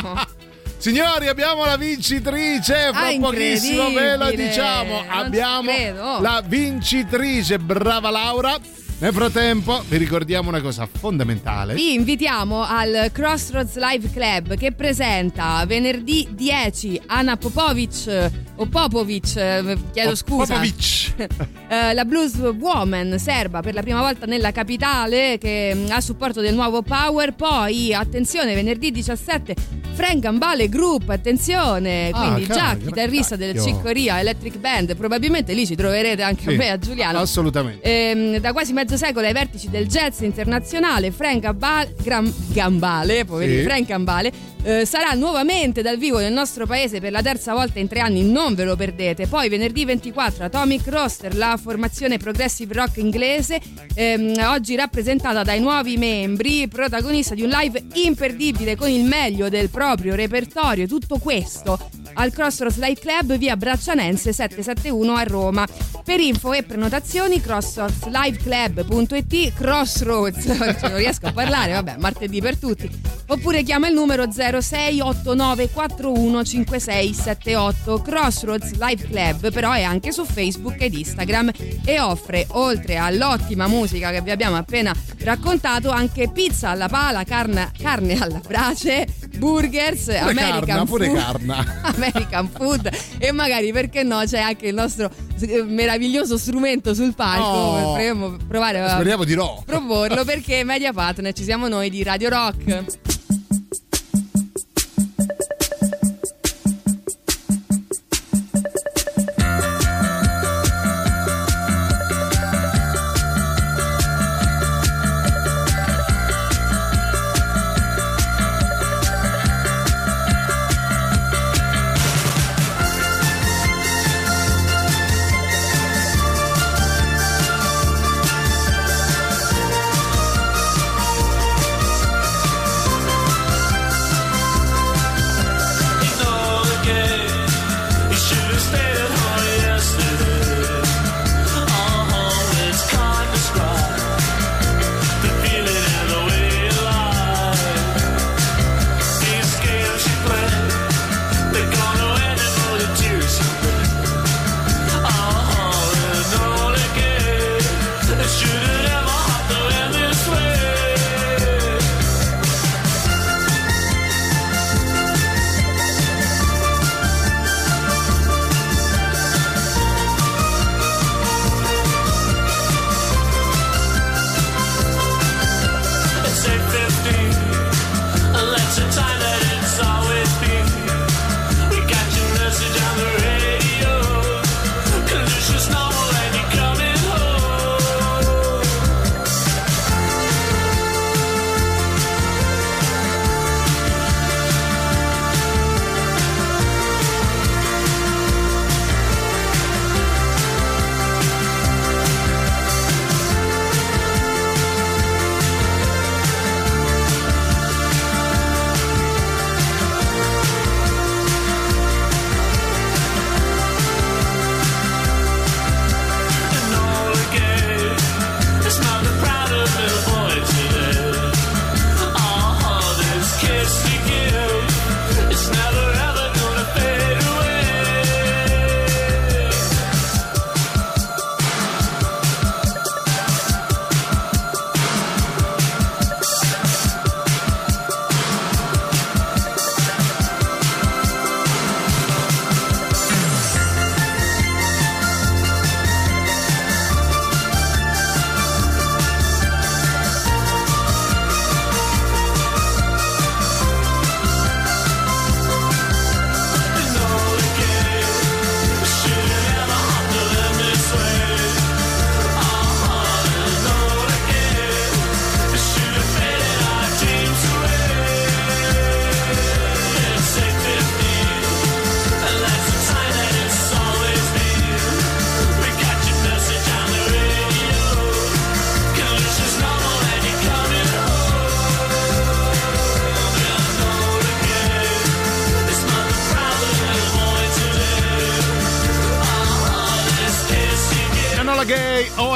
Signori, abbiamo la vincitrice, fra Ah, pochissimo ve lo incredibile. diciamo. Non Abbiamo ci credo. la vincitrice, brava Laura. Nel frattempo vi ricordiamo una cosa fondamentale. Vi invitiamo al Crossroads Live Club che presenta venerdì dieci Ana Popovic o Popovic, eh, chiedo Po- scusa. Popovic. Eh, la blues woman serba per la prima volta nella capitale, che mm, a supporto del nuovo Power. Poi attenzione, venerdì diciassette Frank Gambale Group, attenzione, Ah, quindi già cacchio, chitarrista del cacchio. Cicoria Electric Band, probabilmente lì ci troverete anche Sì, a me e a Giuliano. assolutamente. Ehm, da quasi mezzo secolo ai vertici del jazz internazionale, Frank Gamba- Gram- Gambale, poveri Sì. Frank Gambale, eh, sarà nuovamente dal vivo nel nostro paese per la terza volta in tre anni, non ve lo perdete. Poi venerdì ventiquattro Atomic Roster, la formazione progressive rock inglese, ehm, oggi rappresentata dai nuovi membri, protagonista di un live imperdibile con il meglio del proprio repertorio. Tutto questo al Crossroads Live Club, via Braccianense settecentosettantuno a Roma. Per info e prenotazioni crossroads live club punto it, Crossroads, non riesco a parlare, vabbè, martedì per tutti. Oppure chiama il numero zero sei otto nove quattro uno cinque sei sette otto. Crossroads Live Club però è anche su Facebook ed Instagram e offre, oltre all'ottima musica che vi abbiamo appena raccontato, anche pizza alla pala, carne, carne alla brace, burgers, Pure American carna, pure food, carna. American food, e magari, perché no, c'è anche il nostro eh, meraviglioso strumento sul palco. Oh. Proviamo provare a Speriamo di no. proporlo, perché Media Partner ci siamo noi di Radio Rock. Thank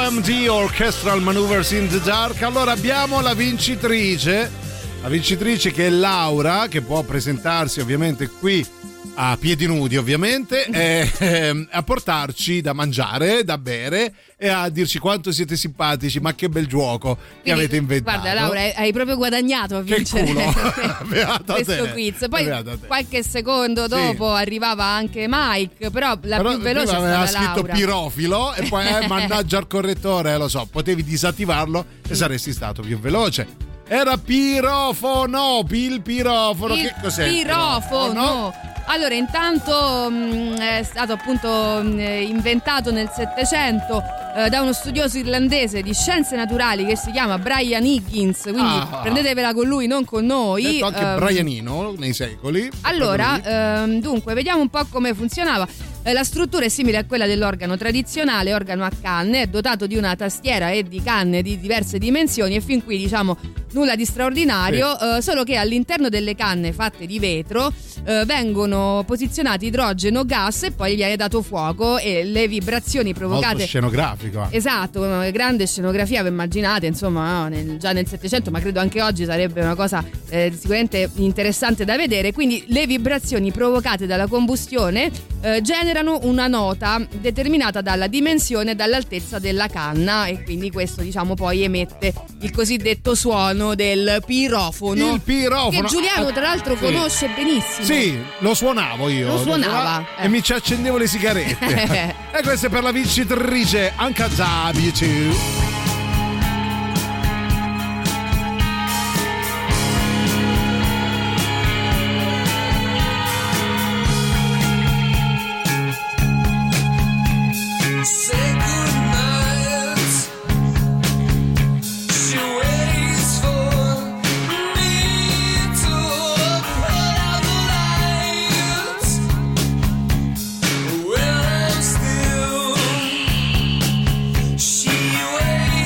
M D, Orchestral Maneuvers in the Dark. Allora abbiamo la vincitrice, la vincitrice che è Laura, che può presentarsi ovviamente qui a piedi nudi ovviamente, e, eh, a portarci da mangiare, da bere e a dirci quanto siete simpatici, ma che bel gioco che Quindi, avete inventato. Guarda Laura, hai proprio guadagnato a vincere Che culo. Beata questo te. quiz. Poi Beata te. qualche secondo dopo Sì. arrivava anche Mike, però la Però più veloce è prima stata aveva scritto Laura. pirofilo e poi eh, mannaggia al correttore, lo so, potevi disattivarlo e saresti stato più veloce. Era pirofono, il pirofono, Il che cos'è? il pirofono. Allora, intanto mh, è stato appunto mh, inventato nel Settecento eh, da uno studioso irlandese di scienze naturali che si chiama Brian Higgins, quindi Ah. prendetevela con lui, non con noi. Detto anche Ehm, Brianino nei secoli. Allora, Proprio lui. ehm, dunque, vediamo un po' come funzionava. Eh, La struttura è simile a quella dell'organo tradizionale, organo a canne, è dotato di una tastiera e di canne di diverse dimensioni e fin qui diciamo nulla di straordinario, Sì. eh, solo che all'interno delle canne fatte di vetro eh, vengono posizionati idrogeno, gas e poi gli viene dato fuoco e le vibrazioni provocate. Molto scenografico. anche. Esatto, una grande scenografia, vi immaginate, insomma, no, nel- già nel Settecento, ma credo anche oggi sarebbe una cosa eh, sicuramente interessante da vedere. Quindi le vibrazioni provocate dalla combustione eh, generano una nota determinata dalla dimensione e dall'altezza della canna e quindi questo, diciamo, poi emette il cosiddetto suono del pirofono. Il pirofono. Che Giuliano, tra l'altro, Sì. conosce benissimo. Sì, lo suonavo io. Lo suonava, E eh. mi ci accendevo le sigarette. E questo è per la vincitrice Anka Zabitu. Say goodnight. She waits for me to put out the lights. When I'm still, she waits.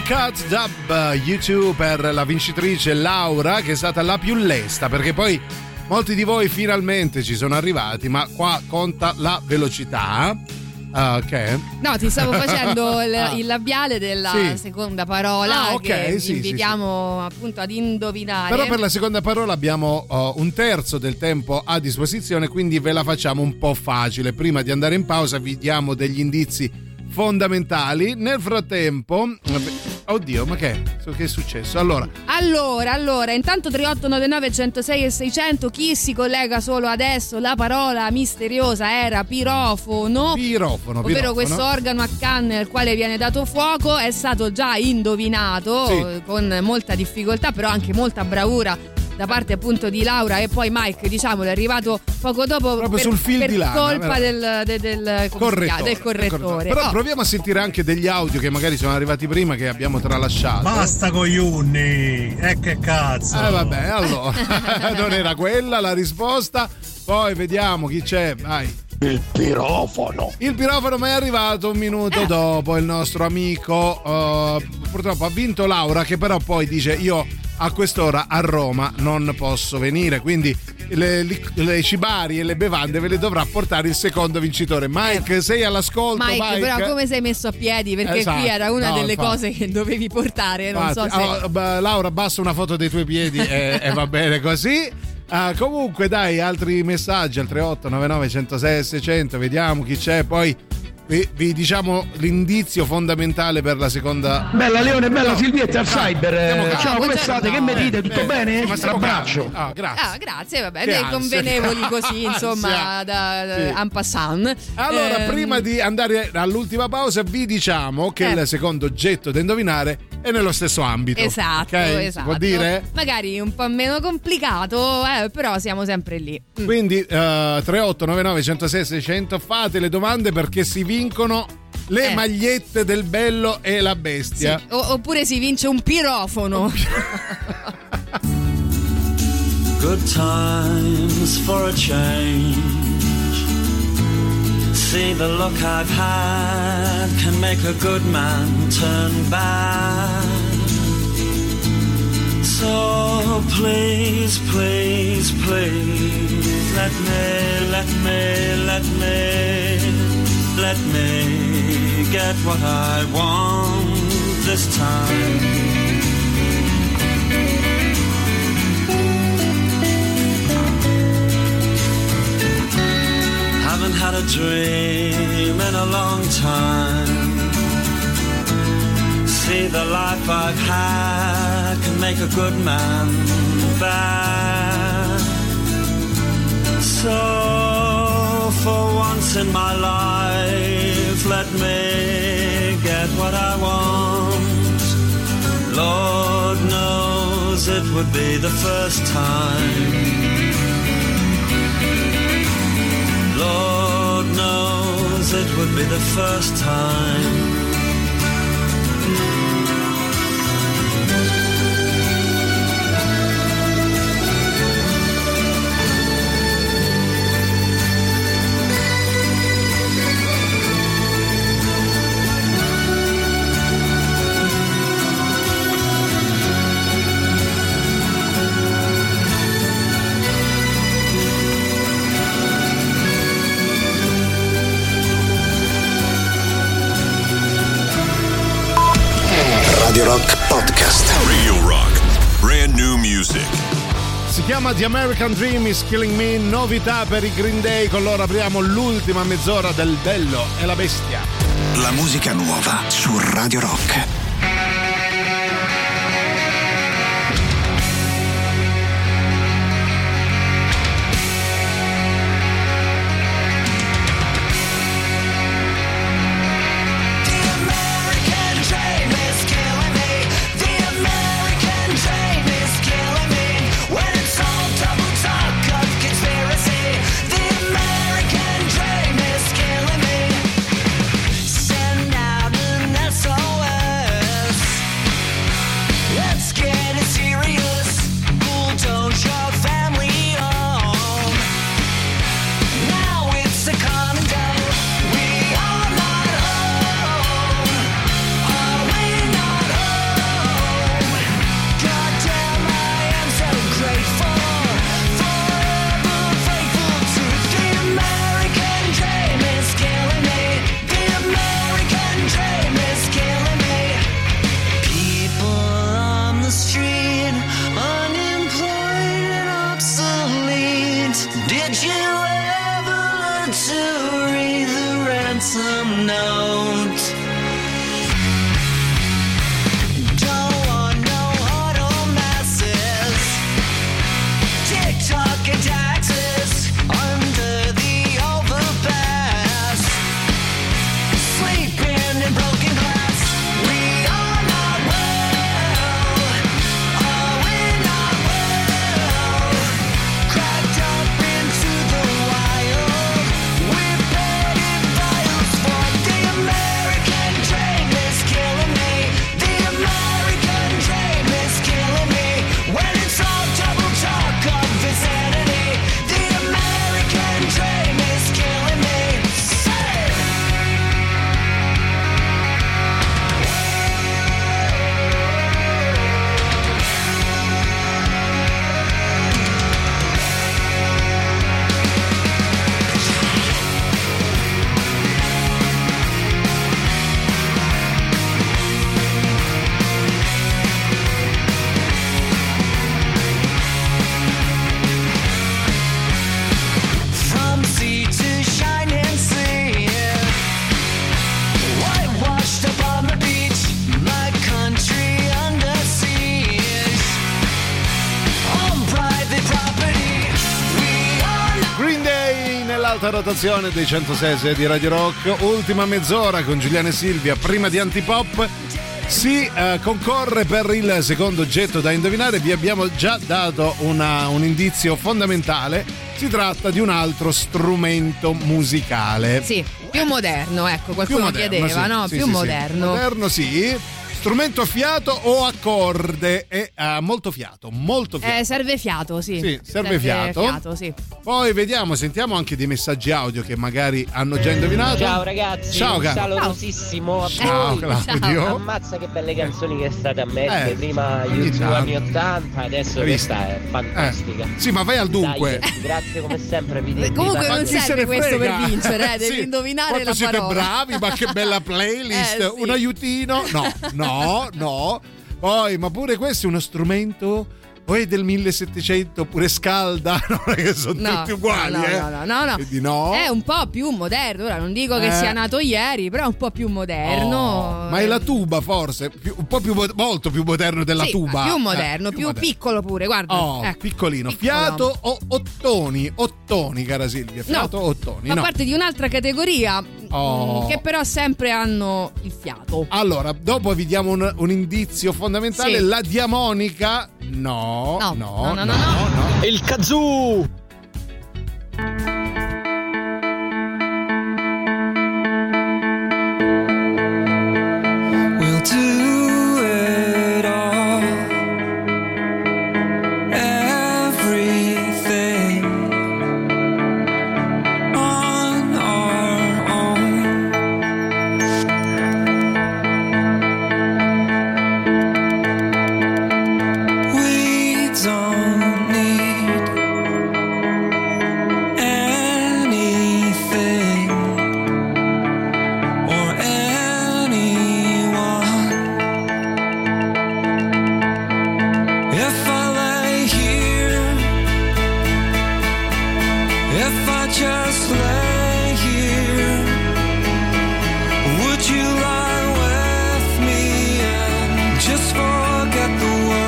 Uncut Dub U due per la vincitrice Laura, che è stata la più lesta, perché poi molti di voi finalmente ci sono arrivati, ma qua conta la velocità. Ah, ok. No, ti stavo facendo il, ah. il labiale della sì. seconda parola, ah, okay, che sì, invitiamo sì, appunto ad indovinare. Però per la seconda parola abbiamo uh, un terzo del tempo a disposizione, quindi ve la facciamo un po' facile. Prima di andare in pausa vi diamo degli indizi fondamentali. Nel frattempo, oddio, ma che, che è successo? Allora, allora, allora, intanto tre otto nove nove uno zero sei e seicento, chi si collega solo adesso? La parola misteriosa era pirofono. Pirofono, ovvero pirofono. questo organo a canne al quale viene dato fuoco. È stato già indovinato, sì, con molta difficoltà, però anche molta bravura da parte appunto di Laura, e poi Mike, diciamolo, è arrivato poco dopo proprio per, sul fil per di lana, colpa del, del, del, correttore, del correttore. Però oh. proviamo a sentire anche degli audio che magari sono arrivati prima, che abbiamo tralasciato. Basta coglioni, e che cazzo. Eh vabbè, allora non era quella la risposta. Poi vediamo chi c'è, vai. Il pirofono. Il pirofono, ma è arrivato un minuto eh. dopo il nostro amico. Uh, purtroppo ha vinto Laura, che però poi dice: io a quest'ora a Roma non posso venire, quindi le, le, le cibari e le bevande ve le dovrà portare il secondo vincitore. Mike, sei all'ascolto? Mike, Mike? però come sei messo a piedi? Perché esatto. qui era una no, delle infatti. cose che dovevi portare. Non infatti. so se. Oh, beh, Laura, basta una foto dei tuoi piedi e, e va bene così. Uh, comunque dai, altri messaggi al tre otto nove nove uno zero sei seicento, vediamo chi c'è, poi vi, vi diciamo l'indizio fondamentale per la seconda. Bella Leone, bella no. Silvietta al cyber. Ah, ciao, come state? no. Che mi dite? Tutto eh, bene? Sì, ma stiamo abbraccio. Ah, grazie. Ah, grazie, vabbè, Che dei ansia. convenevoli così, insomma, da, da Sì. en passant. Allora, Ehm, prima di andare all'ultima pausa, vi diciamo che Eh. il secondo oggetto da indovinare è nello stesso ambito. Esatto, okay? esatto. Si può dire? Magari un po' meno complicato, eh, però siamo sempre lì. Mm. Quindi uh, tre otto nove nove uno zero sei seicento, fate le domande perché si vincono le Eh. magliette del Bello e la Sì. Bestia. O- oppure si vince un pirofono. Good times for a change. See, the look I've had can make a good man turn bad. So please, please, please, let me, let me, let me, let me get what I want this time. Haven't had a dream in a long time. See, the life I've had can make a good man bad. So for once in my life, let me get what I want. Lord knows it would be the first time. Lord knows it would be the first time. Radio Rock Podcast. Radio Rock. Brand new music. Si chiama The American Dream is Killing Me, novità per i Green Day. Con loro apriamo l'ultima mezz'ora del Bello e la Bestia. La musica nuova su Radio Rock. Send out an S O S. quarta rotazione dei centosei di Radio Rock, ultima mezz'ora con Giuliano e Silvia, prima di Antipop. Si eh, concorre per il secondo oggetto da indovinare, vi abbiamo già dato una, un indizio fondamentale, si tratta di un altro strumento musicale. Sì, più moderno, ecco, qualcuno più moderno, chiedeva, sì, no? sì, più sì, moderno. Sì. Moderno sì. Strumento a fiato o a corde? E ha molto fiato, molto fiato. Eh, serve fiato, sì. Sì, serve, serve fiato. fiato sì. Poi vediamo, sentiamo anche dei messaggi audio che magari hanno già indovinato. Ciao ragazzi, ciao, un calorosissimo a ciao, voi. Claudio. Ammazza che belle canzoni che state a mettere. Eh, Prima YouTube anni ottanta, adesso questa è fantastica. Eh. Sì, ma vai al dunque. Dai, grazie come sempre. Vi Comunque non serve questo frega? per vincere, eh, devi sì. indovinare Quanto la siete parola. bravi, ma che bella playlist. Eh, sì. Un aiutino? No, no, no. Poi, ma pure questo è uno strumento? O è del millesettecento oppure scalda? Non è che sono No, tutti uguali, no, eh? no, no, no, no. Quindi no. È un po' più moderno. Ora non dico che Eh. sia nato ieri, però è un po' più moderno. Oh, ma è la tuba forse? Più, un po' più mo- molto più moderno della Sì, tuba. più Eh, moderno, più, moderno. piccolo pure, guarda. Oh, ecco, piccolino. piccolo. Fiato o ottoni? Ottoni, cara Silvia. Fiato No, o ottoni? Fa No. parte di un'altra categoria Oh. mh, che però sempre hanno il fiato. Allora, dopo vi diamo un, un indizio fondamentale. Sì. La diamonica? No, No, no, no, no, no, no. Il kazoo! We'll do it all, everything on our own. We don't need anything or anyone. If I lay here, if I just lay here, would you lie with me and just forget the world?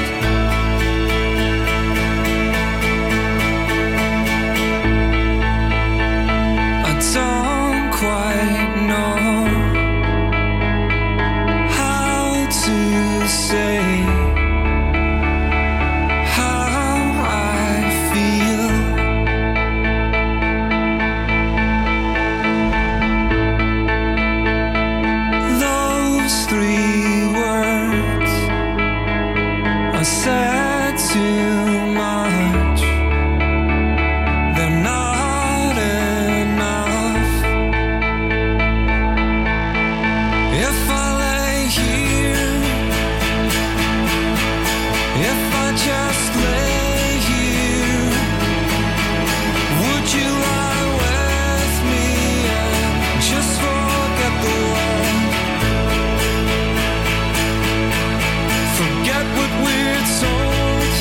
I don't quite know how to say how I feel. Those three words I said too much. They're not enough. If I lay here, if I just lay here, would you lie with me and just forget the world? Forget what we're told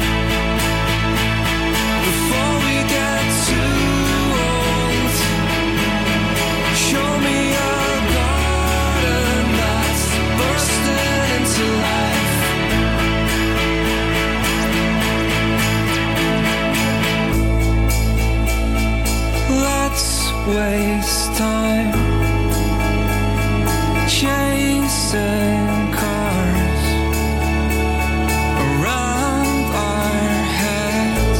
before we get too old. Show me a garden that's bursting into life. Let's waste time chasing cars around our heads.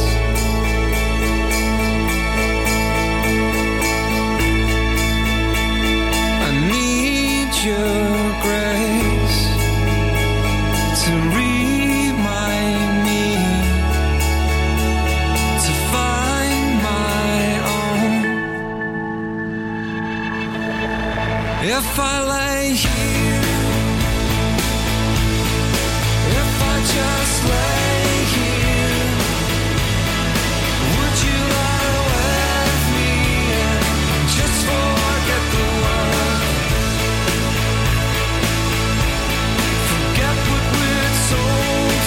I need your grace to remind me to find my own. If I lay here, if I just lay here, would you lie with me and just forget the world? Forget what we're told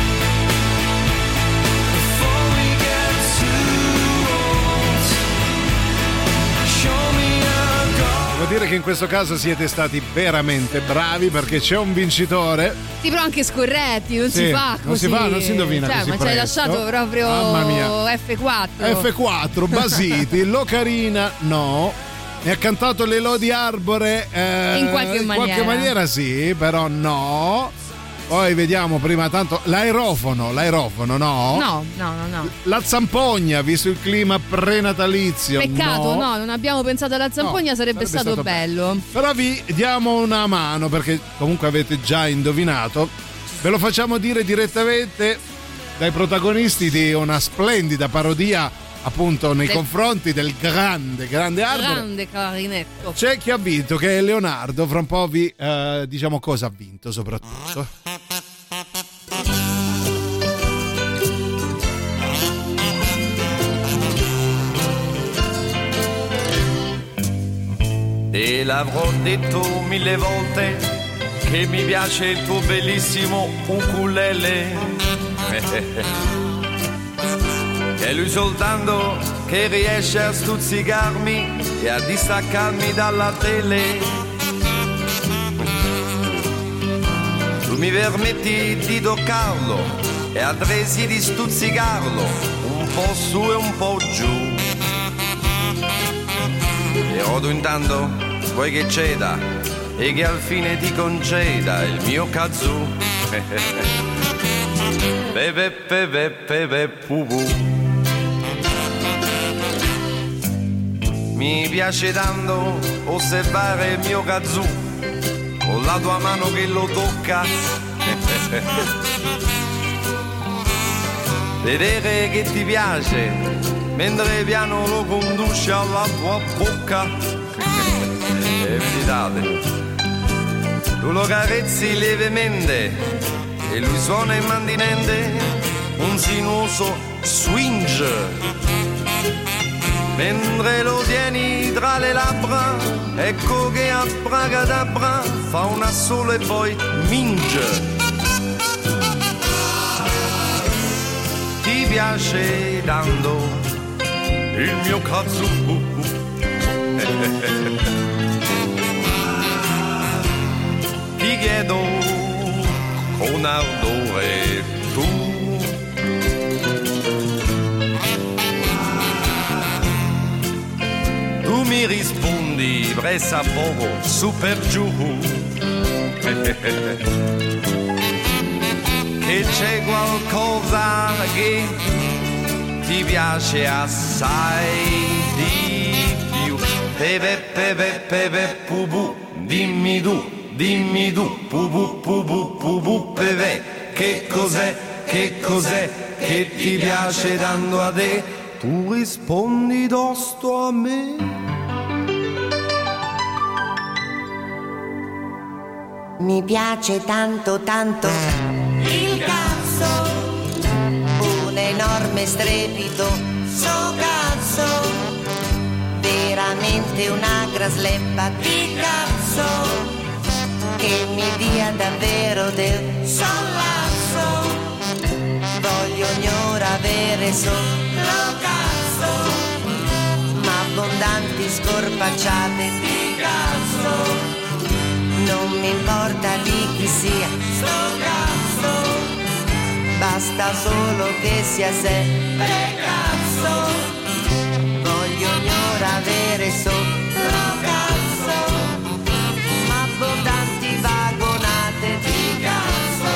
before we get too old. Show me a Devo dire che in questo caso siete stati veramente bravi perché c'è un vincitore. Sì, però anche scorretti, non Sì, si fa così. non si fa, non si indovina cioè, così ma ci hai presto. lasciato proprio Mamma mia. F quattro. F quattro, Basiti, Locarina, no. E ha cantato le Lodi Arbore. eh, In qualche in maniera. qualche maniera sì, però no. Poi vediamo prima tanto l'aerofono, l'aerofono no? No, no, no, no. La zampogna, visto il clima prenatalizio. Peccato, no. no, non abbiamo pensato alla zampogna, No, sarebbe, sarebbe stato, stato bello. Però vi diamo una mano perché comunque avete già indovinato. Ve lo facciamo dire direttamente dai protagonisti di una splendida parodia appunto nei Del- confronti del grande, grande Arbore. Grande clarinetto. C'è chi ha vinto, che è Leonardo. Fra un po' vi eh, diciamo cosa ha vinto soprattutto. Te l'avrò detto mille volte che mi piace il tuo bellissimo ukulele. È lui soltanto che riesce a stuzzicarmi e a distaccarmi dalla tele. Tu mi permetti di toccarlo e altresì di stuzzicarlo un po' su e un po' giù. Però tu intanto vuoi che ceda e che al fine ti conceda il mio kazoo. Pepe pepe pepe pupu. Mi piace tanto osservare il mio kazoo con la tua mano che lo tocca. Vedere che ti piace mentre piano lo conduce alla tua bocca. E meditate, tu lo carezzi lievemente e lui suona immantinente un sinuoso swing. Mentre lo tieni tra le labbra, ecco che abracadabra fa un assolo e poi minge. Ti piace tanto il mio kazoo. Ti chiedo con ardore tu. Tu mi rispondi pressa poco, su per giù. Che c'è qualcosa che ti piace assai di più. Pepe pepe pepe pupu, dimmi tu, dimmi tu, pupu pupu pupu pepe. Che cos'è, che cos'è che ti piace tanto a te? Tu rispondi tosto a me. Mi piace tanto tanto il cazzo, un enorme strepito, so cazzo, veramente una gran sleppa di cazzo, che mi dia davvero del sollasso. Voglio ognora avere solo cazzo, ma abbondanti scorpacciate di cazzo. Non mi importa di chi sia sto cazzo, basta solo che sia sempre cazzo. Voglio ognora avere solo cazzo, ma abbondanti vagonate di cazzo.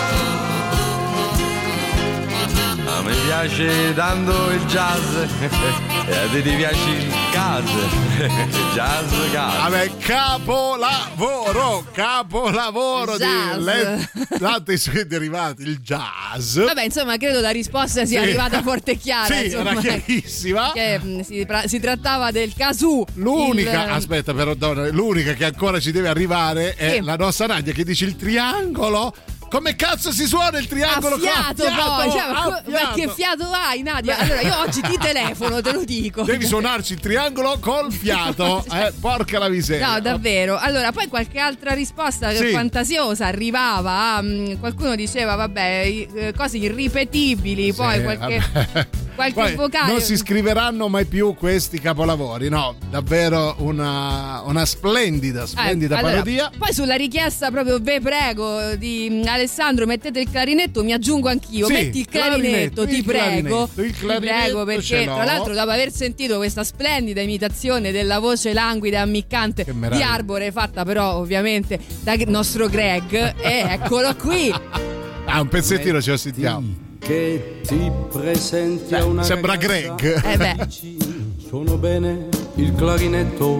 A me piace tanto il jazz e a te ti piace il jazz. Jazz, jazz. Vabbè, capolavoro, capolavoro Jazz. di le, tanti suoi derivati, il jazz. Vabbè, insomma, credo la risposta sia Sì. arrivata forte e chiara. Sì, insomma, era chiarissima. Che mh, si, pra- si trattava del kazoo. L'unica, il- aspetta, però, donna, l'unica che ancora ci deve arrivare è Sì. la nostra Nadia che dice il triangolo. Come cazzo si suona il triangolo? A fiato, con poi, cioè, ma, a co- ma fiato. che fiato hai, Nadia? Allora, io oggi ti telefono, te lo dico. Devi suonarci il triangolo col fiato, eh, porca la miseria. No, davvero. Allora, poi qualche altra risposta Sì. fantasiosa arrivava. a, mh, qualcuno diceva, vabbè, i- eh, cose irripetibili. Poi Sì, qualche. vabbè. qualche Poi vocale. non si scriveranno mai più questi capolavori, no, davvero una, una splendida, splendida Eh, allora, parodia. Poi sulla richiesta proprio ve prego di Alessandro mettete il clarinetto, mi aggiungo anch'io, Sì, metti il clarinetto, clarinetto, ti il prego, clarinetto, il ti clarinetto prego ce perché l'ho. tra l'altro dopo aver sentito questa splendida imitazione della voce languida e ammiccante di meraviglia. Arbore fatta però ovviamente dal nostro Greg, e eccolo qui. Ah, un pezzettino ce lo sentiamo. Che ti presenti a una Sembra ragazza. Greg. Eh beh. Suono bene il clarinetto.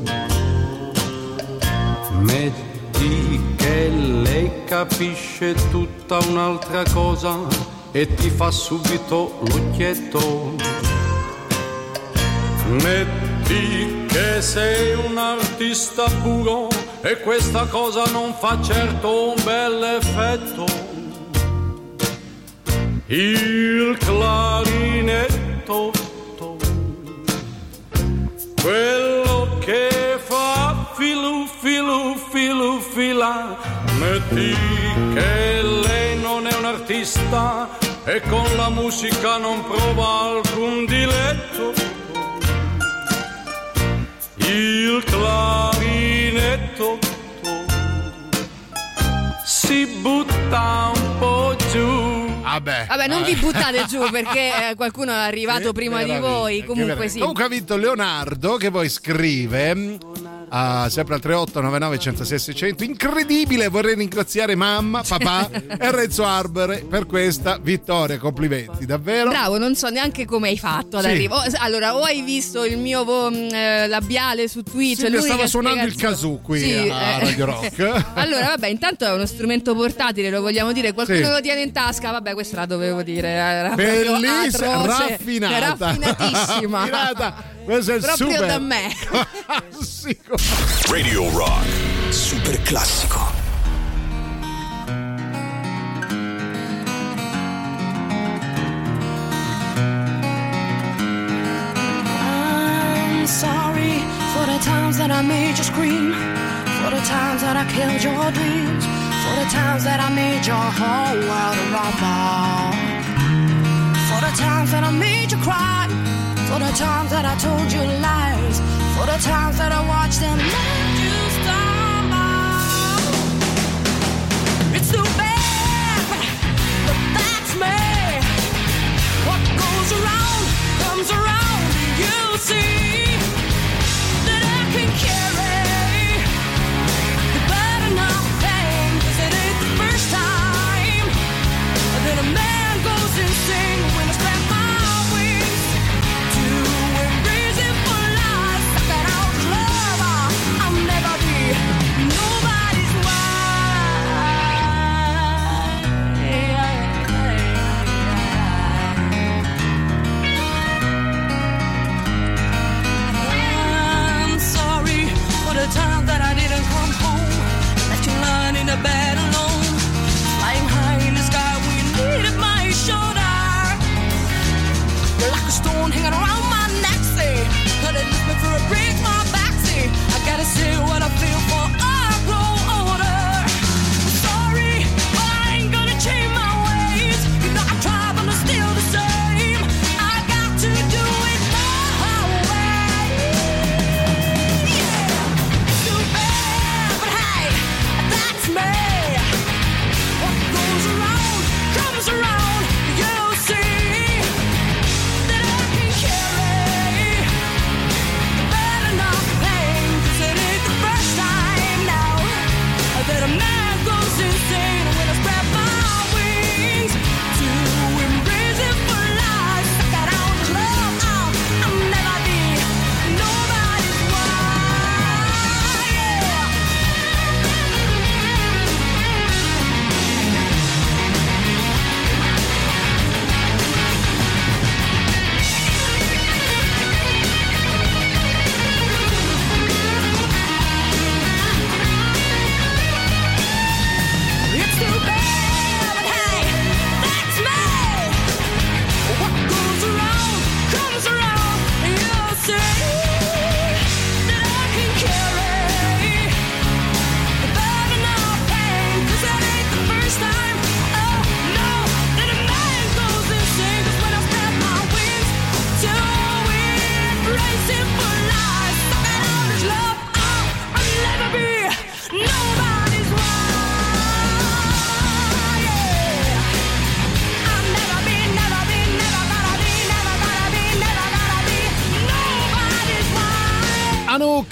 Metti che lei capisce tutta un'altra cosa e ti fa subito l'occhietto. Metti che sei un artista puro e questa cosa non fa certo un bel effetto. Il clarinetto, quello che fa filu filu filu fila. Metti che lei non è un artista e con la musica non prova alcun diletto. Il clarinetto si butta un po' giù. Vabbè, Vabbè, non vi buttate giù perché eh, qualcuno è arrivato prima di voi. Comunque sì. Comunque ha vinto Leonardo che poi scrive a sempre al tre otto nove nove uno zero sei sei zero zero. Incredibile, vorrei ringraziare mamma, papà e Renzo Arbore per questa vittoria. Complimenti, davvero. Bravo, non so neanche come hai fatto ad Sì. arrivare. Oh, allora, o hai visto il mio vo- mh, eh, labiale su Twitch? Silvia l'unica stava suonando il spiegazione- kazoo qui Sì, a eh. Radio Rock. Allora, vabbè, intanto è uno strumento portatile, lo vogliamo dire. Qualcuno Sì. lo tiene in tasca. Vabbè, questa la dovevo dire. Era proprio Bellissima, atroce, raffinata. raffinatissima. Raffinata. Questo è il proprio super da me. Radio Rock. Super classico. I'm sorry for the times that I made you scream, for the times that I killed your dreams, for the times that I made your whole world rumble, for the times that I made you cry, for the times that I told you lies, for the times that I watched and let you stumble. It's too bad, but that's me. What goes around comes around. You see that I can carry the burden of pain, 'cause it ain't the first time that a man goes insane when I spread my wings to embrace it for life. That out lover, I'll never be nobody's I'm sorry for the time that I didn't come home, left you lying in the bed alone, flying high in the sky when you needed my shoulder. You're like a stone hanging around my neck, say, but it left me for a break my back, say, I gotta say what I feel for I grow older. Sorry, but I ain't gonna change my ways. You know I try, but I'm still the same. I got to do it my way. Yeah, too bad, but hey, that's me. What goes around comes around. You see that I can carry the burden of pain, 'cause it ain't the first time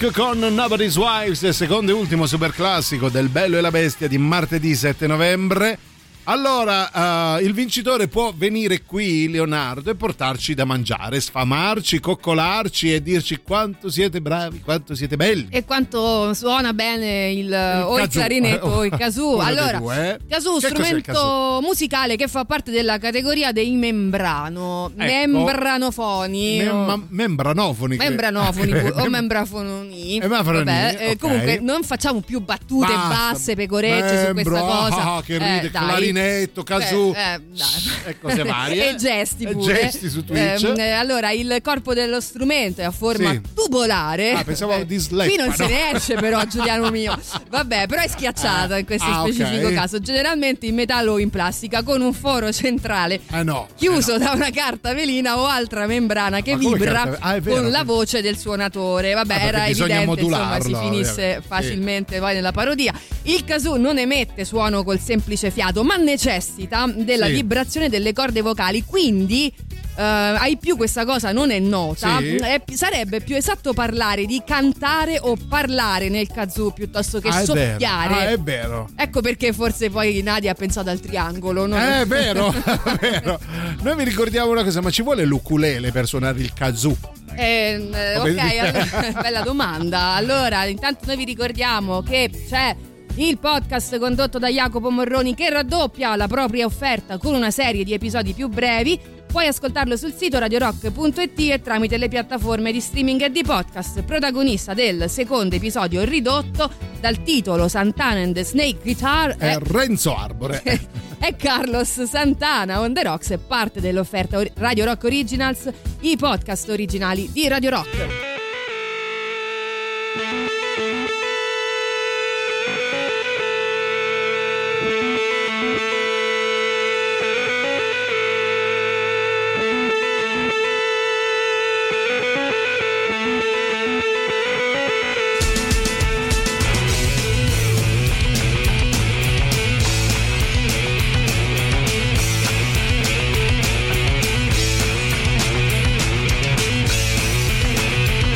Rock con Nobody's Wives, secondo e ultimo super classico del Bello e la Bestia di martedì sette novembre. Allora, uh, il vincitore può venire qui, Leonardo, e portarci da mangiare, sfamarci, coccolarci e dirci quanto siete bravi, quanto siete belli. E quanto suona bene il, il o il kazoo. clarinetto o il kazoo. Allora, due, eh? kazoo, Che strumento kazoo? musicale che fa parte della categoria dei membrano, Ecco. membranofoni. Mem- membranofoni. Membranofoni o membrafoni. Eh, ma Vabbè, eh, ok. comunque non facciamo più battute Basta. basse, pecorecce su questa Membro, cosa. ah, che ride, Eh, dai. clarinetto, kazoo. Eh, eh, dai. E cose varie. E gesti E pure. gesti su Twitch. Ehm, eh, allora, il corpo dello strumento è a forma Sì. tubolare. Ah, pensavo Eh, di sleppa, Qui non no? se ne esce però, Giuliano mio. Vabbè, però è schiacciata in questo Ah, specifico ok. caso. Generalmente in metallo o in plastica con un foro centrale Eh no. chiuso da una carta velina o altra membrana che Ma come vibra carta- ah, è vero. con la voce del suonatore. Vabbè, Ah, perché era bisogna evidente, insomma, si modularlo, finisse ovviamente. facilmente poi nella parodia. Il kazoo non emette suono col semplice fiato, ma necessita della Sì. vibrazione delle corde vocali, quindi eh, ai più questa cosa non è nota. Sì. È pi- sarebbe più esatto parlare di cantare o parlare nel kazoo piuttosto che Ah, è vero. soffiare. Ah, è vero. Ecco perché forse poi Nadia ha pensato al triangolo. no? Eh, È vero, è vero. Noi vi ricordiamo una cosa, ma ci vuole l'ukulele per suonare il kazoo? Eh, eh, Come ok, dire. allora, bella domanda. Allora, intanto noi vi ricordiamo che c'è il podcast condotto da Jacopo Morroni che raddoppia la propria offerta con una serie di episodi più brevi. Puoi ascoltarlo sul sito radiorock punto it e tramite le piattaforme di streaming e di podcast. Protagonista del secondo episodio ridotto dal titolo Santana and the Snake Guitar È Renzo Arbore. è Carlos Santana. On the Rocks è parte dell'offerta or- Radio Rock Originals, i podcast originali di Radio Rock. Thank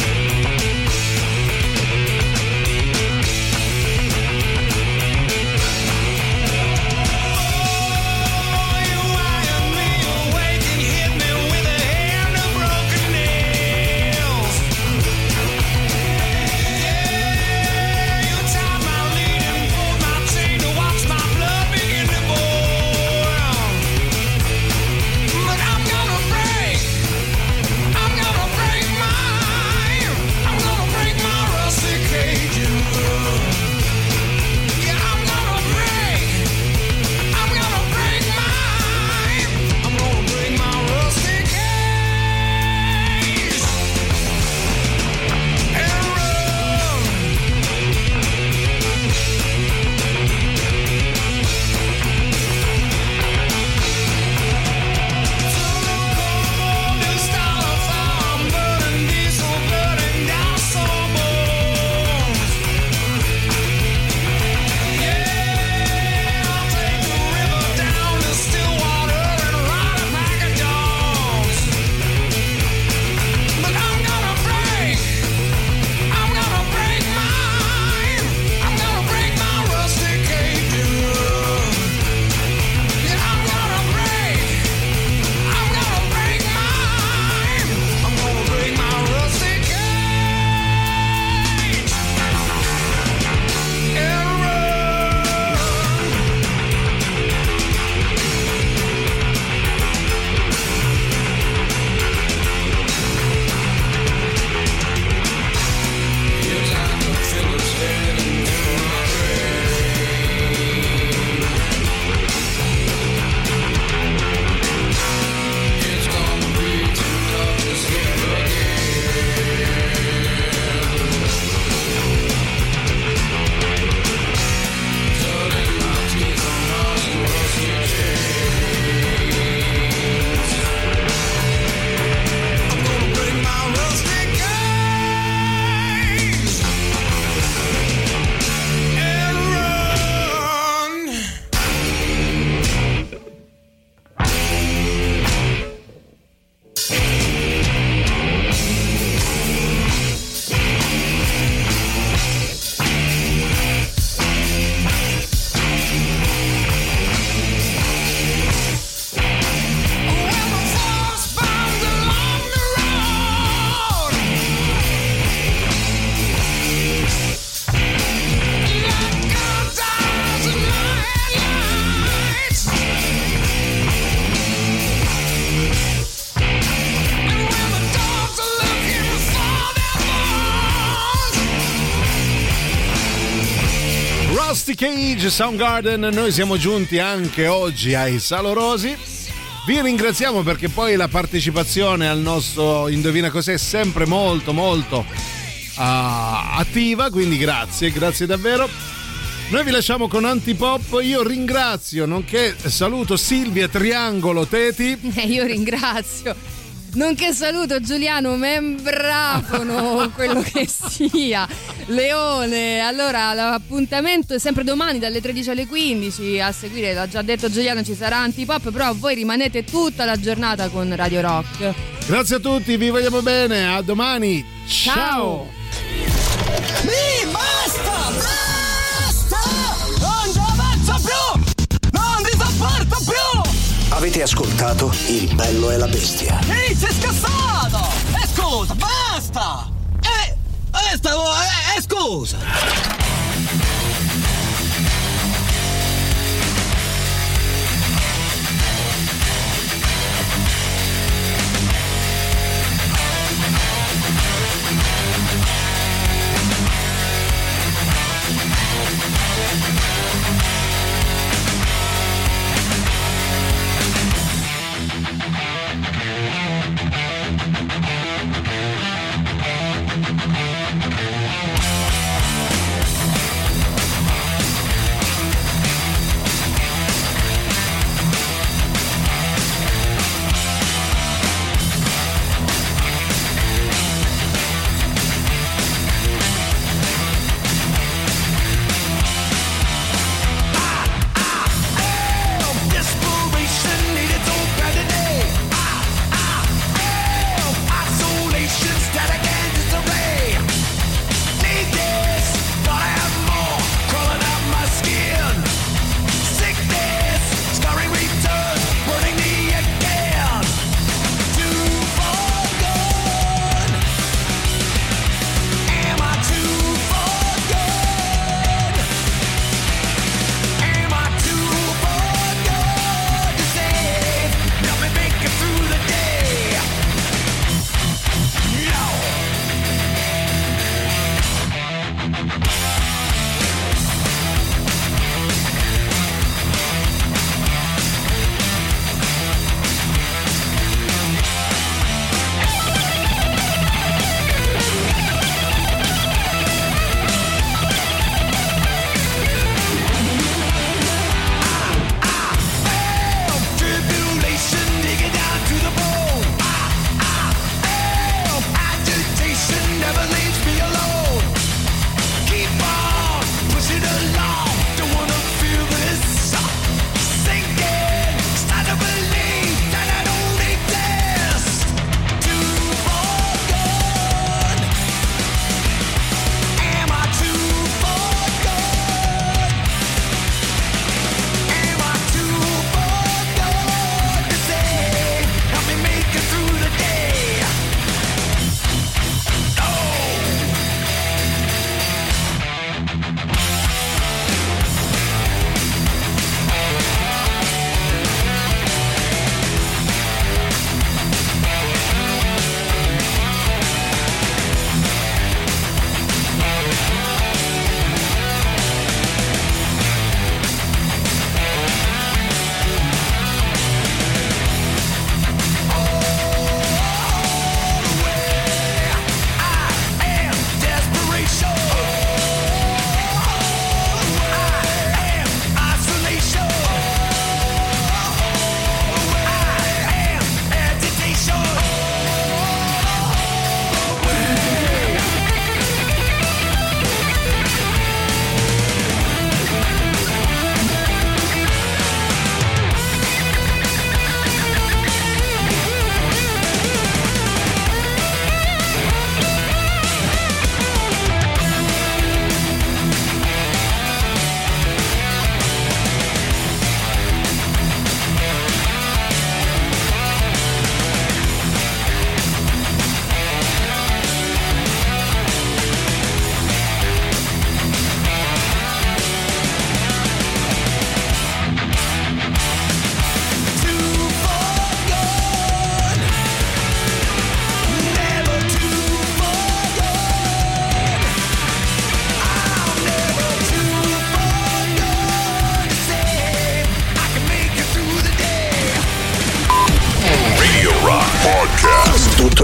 Rusty Cage, Soundgarden. Noi siamo giunti anche oggi ai Salorosi. Vi ringraziamo perché poi la partecipazione al nostro Indovina Cos'è è sempre molto molto uh, attiva, quindi grazie, grazie davvero. Noi vi lasciamo con Antipop. Io ringrazio, nonché saluto Silvia Triangolo Teti. Eh, io ringrazio, nonché saluto Giuliano Membrafono, quello che sia, Leone. Allora l'appuntamento è sempre domani dalle tredici alle quindici. A seguire, l'ha già detto Giuliano, ci sarà Antipop, però voi rimanete tutta la giornata con Radio Rock. Grazie a tutti, vi vogliamo bene, a domani. Ciao, ciao. Mi basta, basta, non ci avanzo più, non vi sopporto più. Avete ascoltato Il Bello e la Bestia? Ehi, sei scassato! E scusa, basta! Eh, eh, stavo, eh, eh, scusa!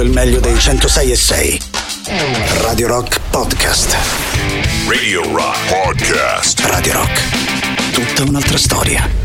il meglio dei centosei e sei. Radio Rock Podcast. Radio Rock Podcast. Radio Rock. Tutta un'altra storia.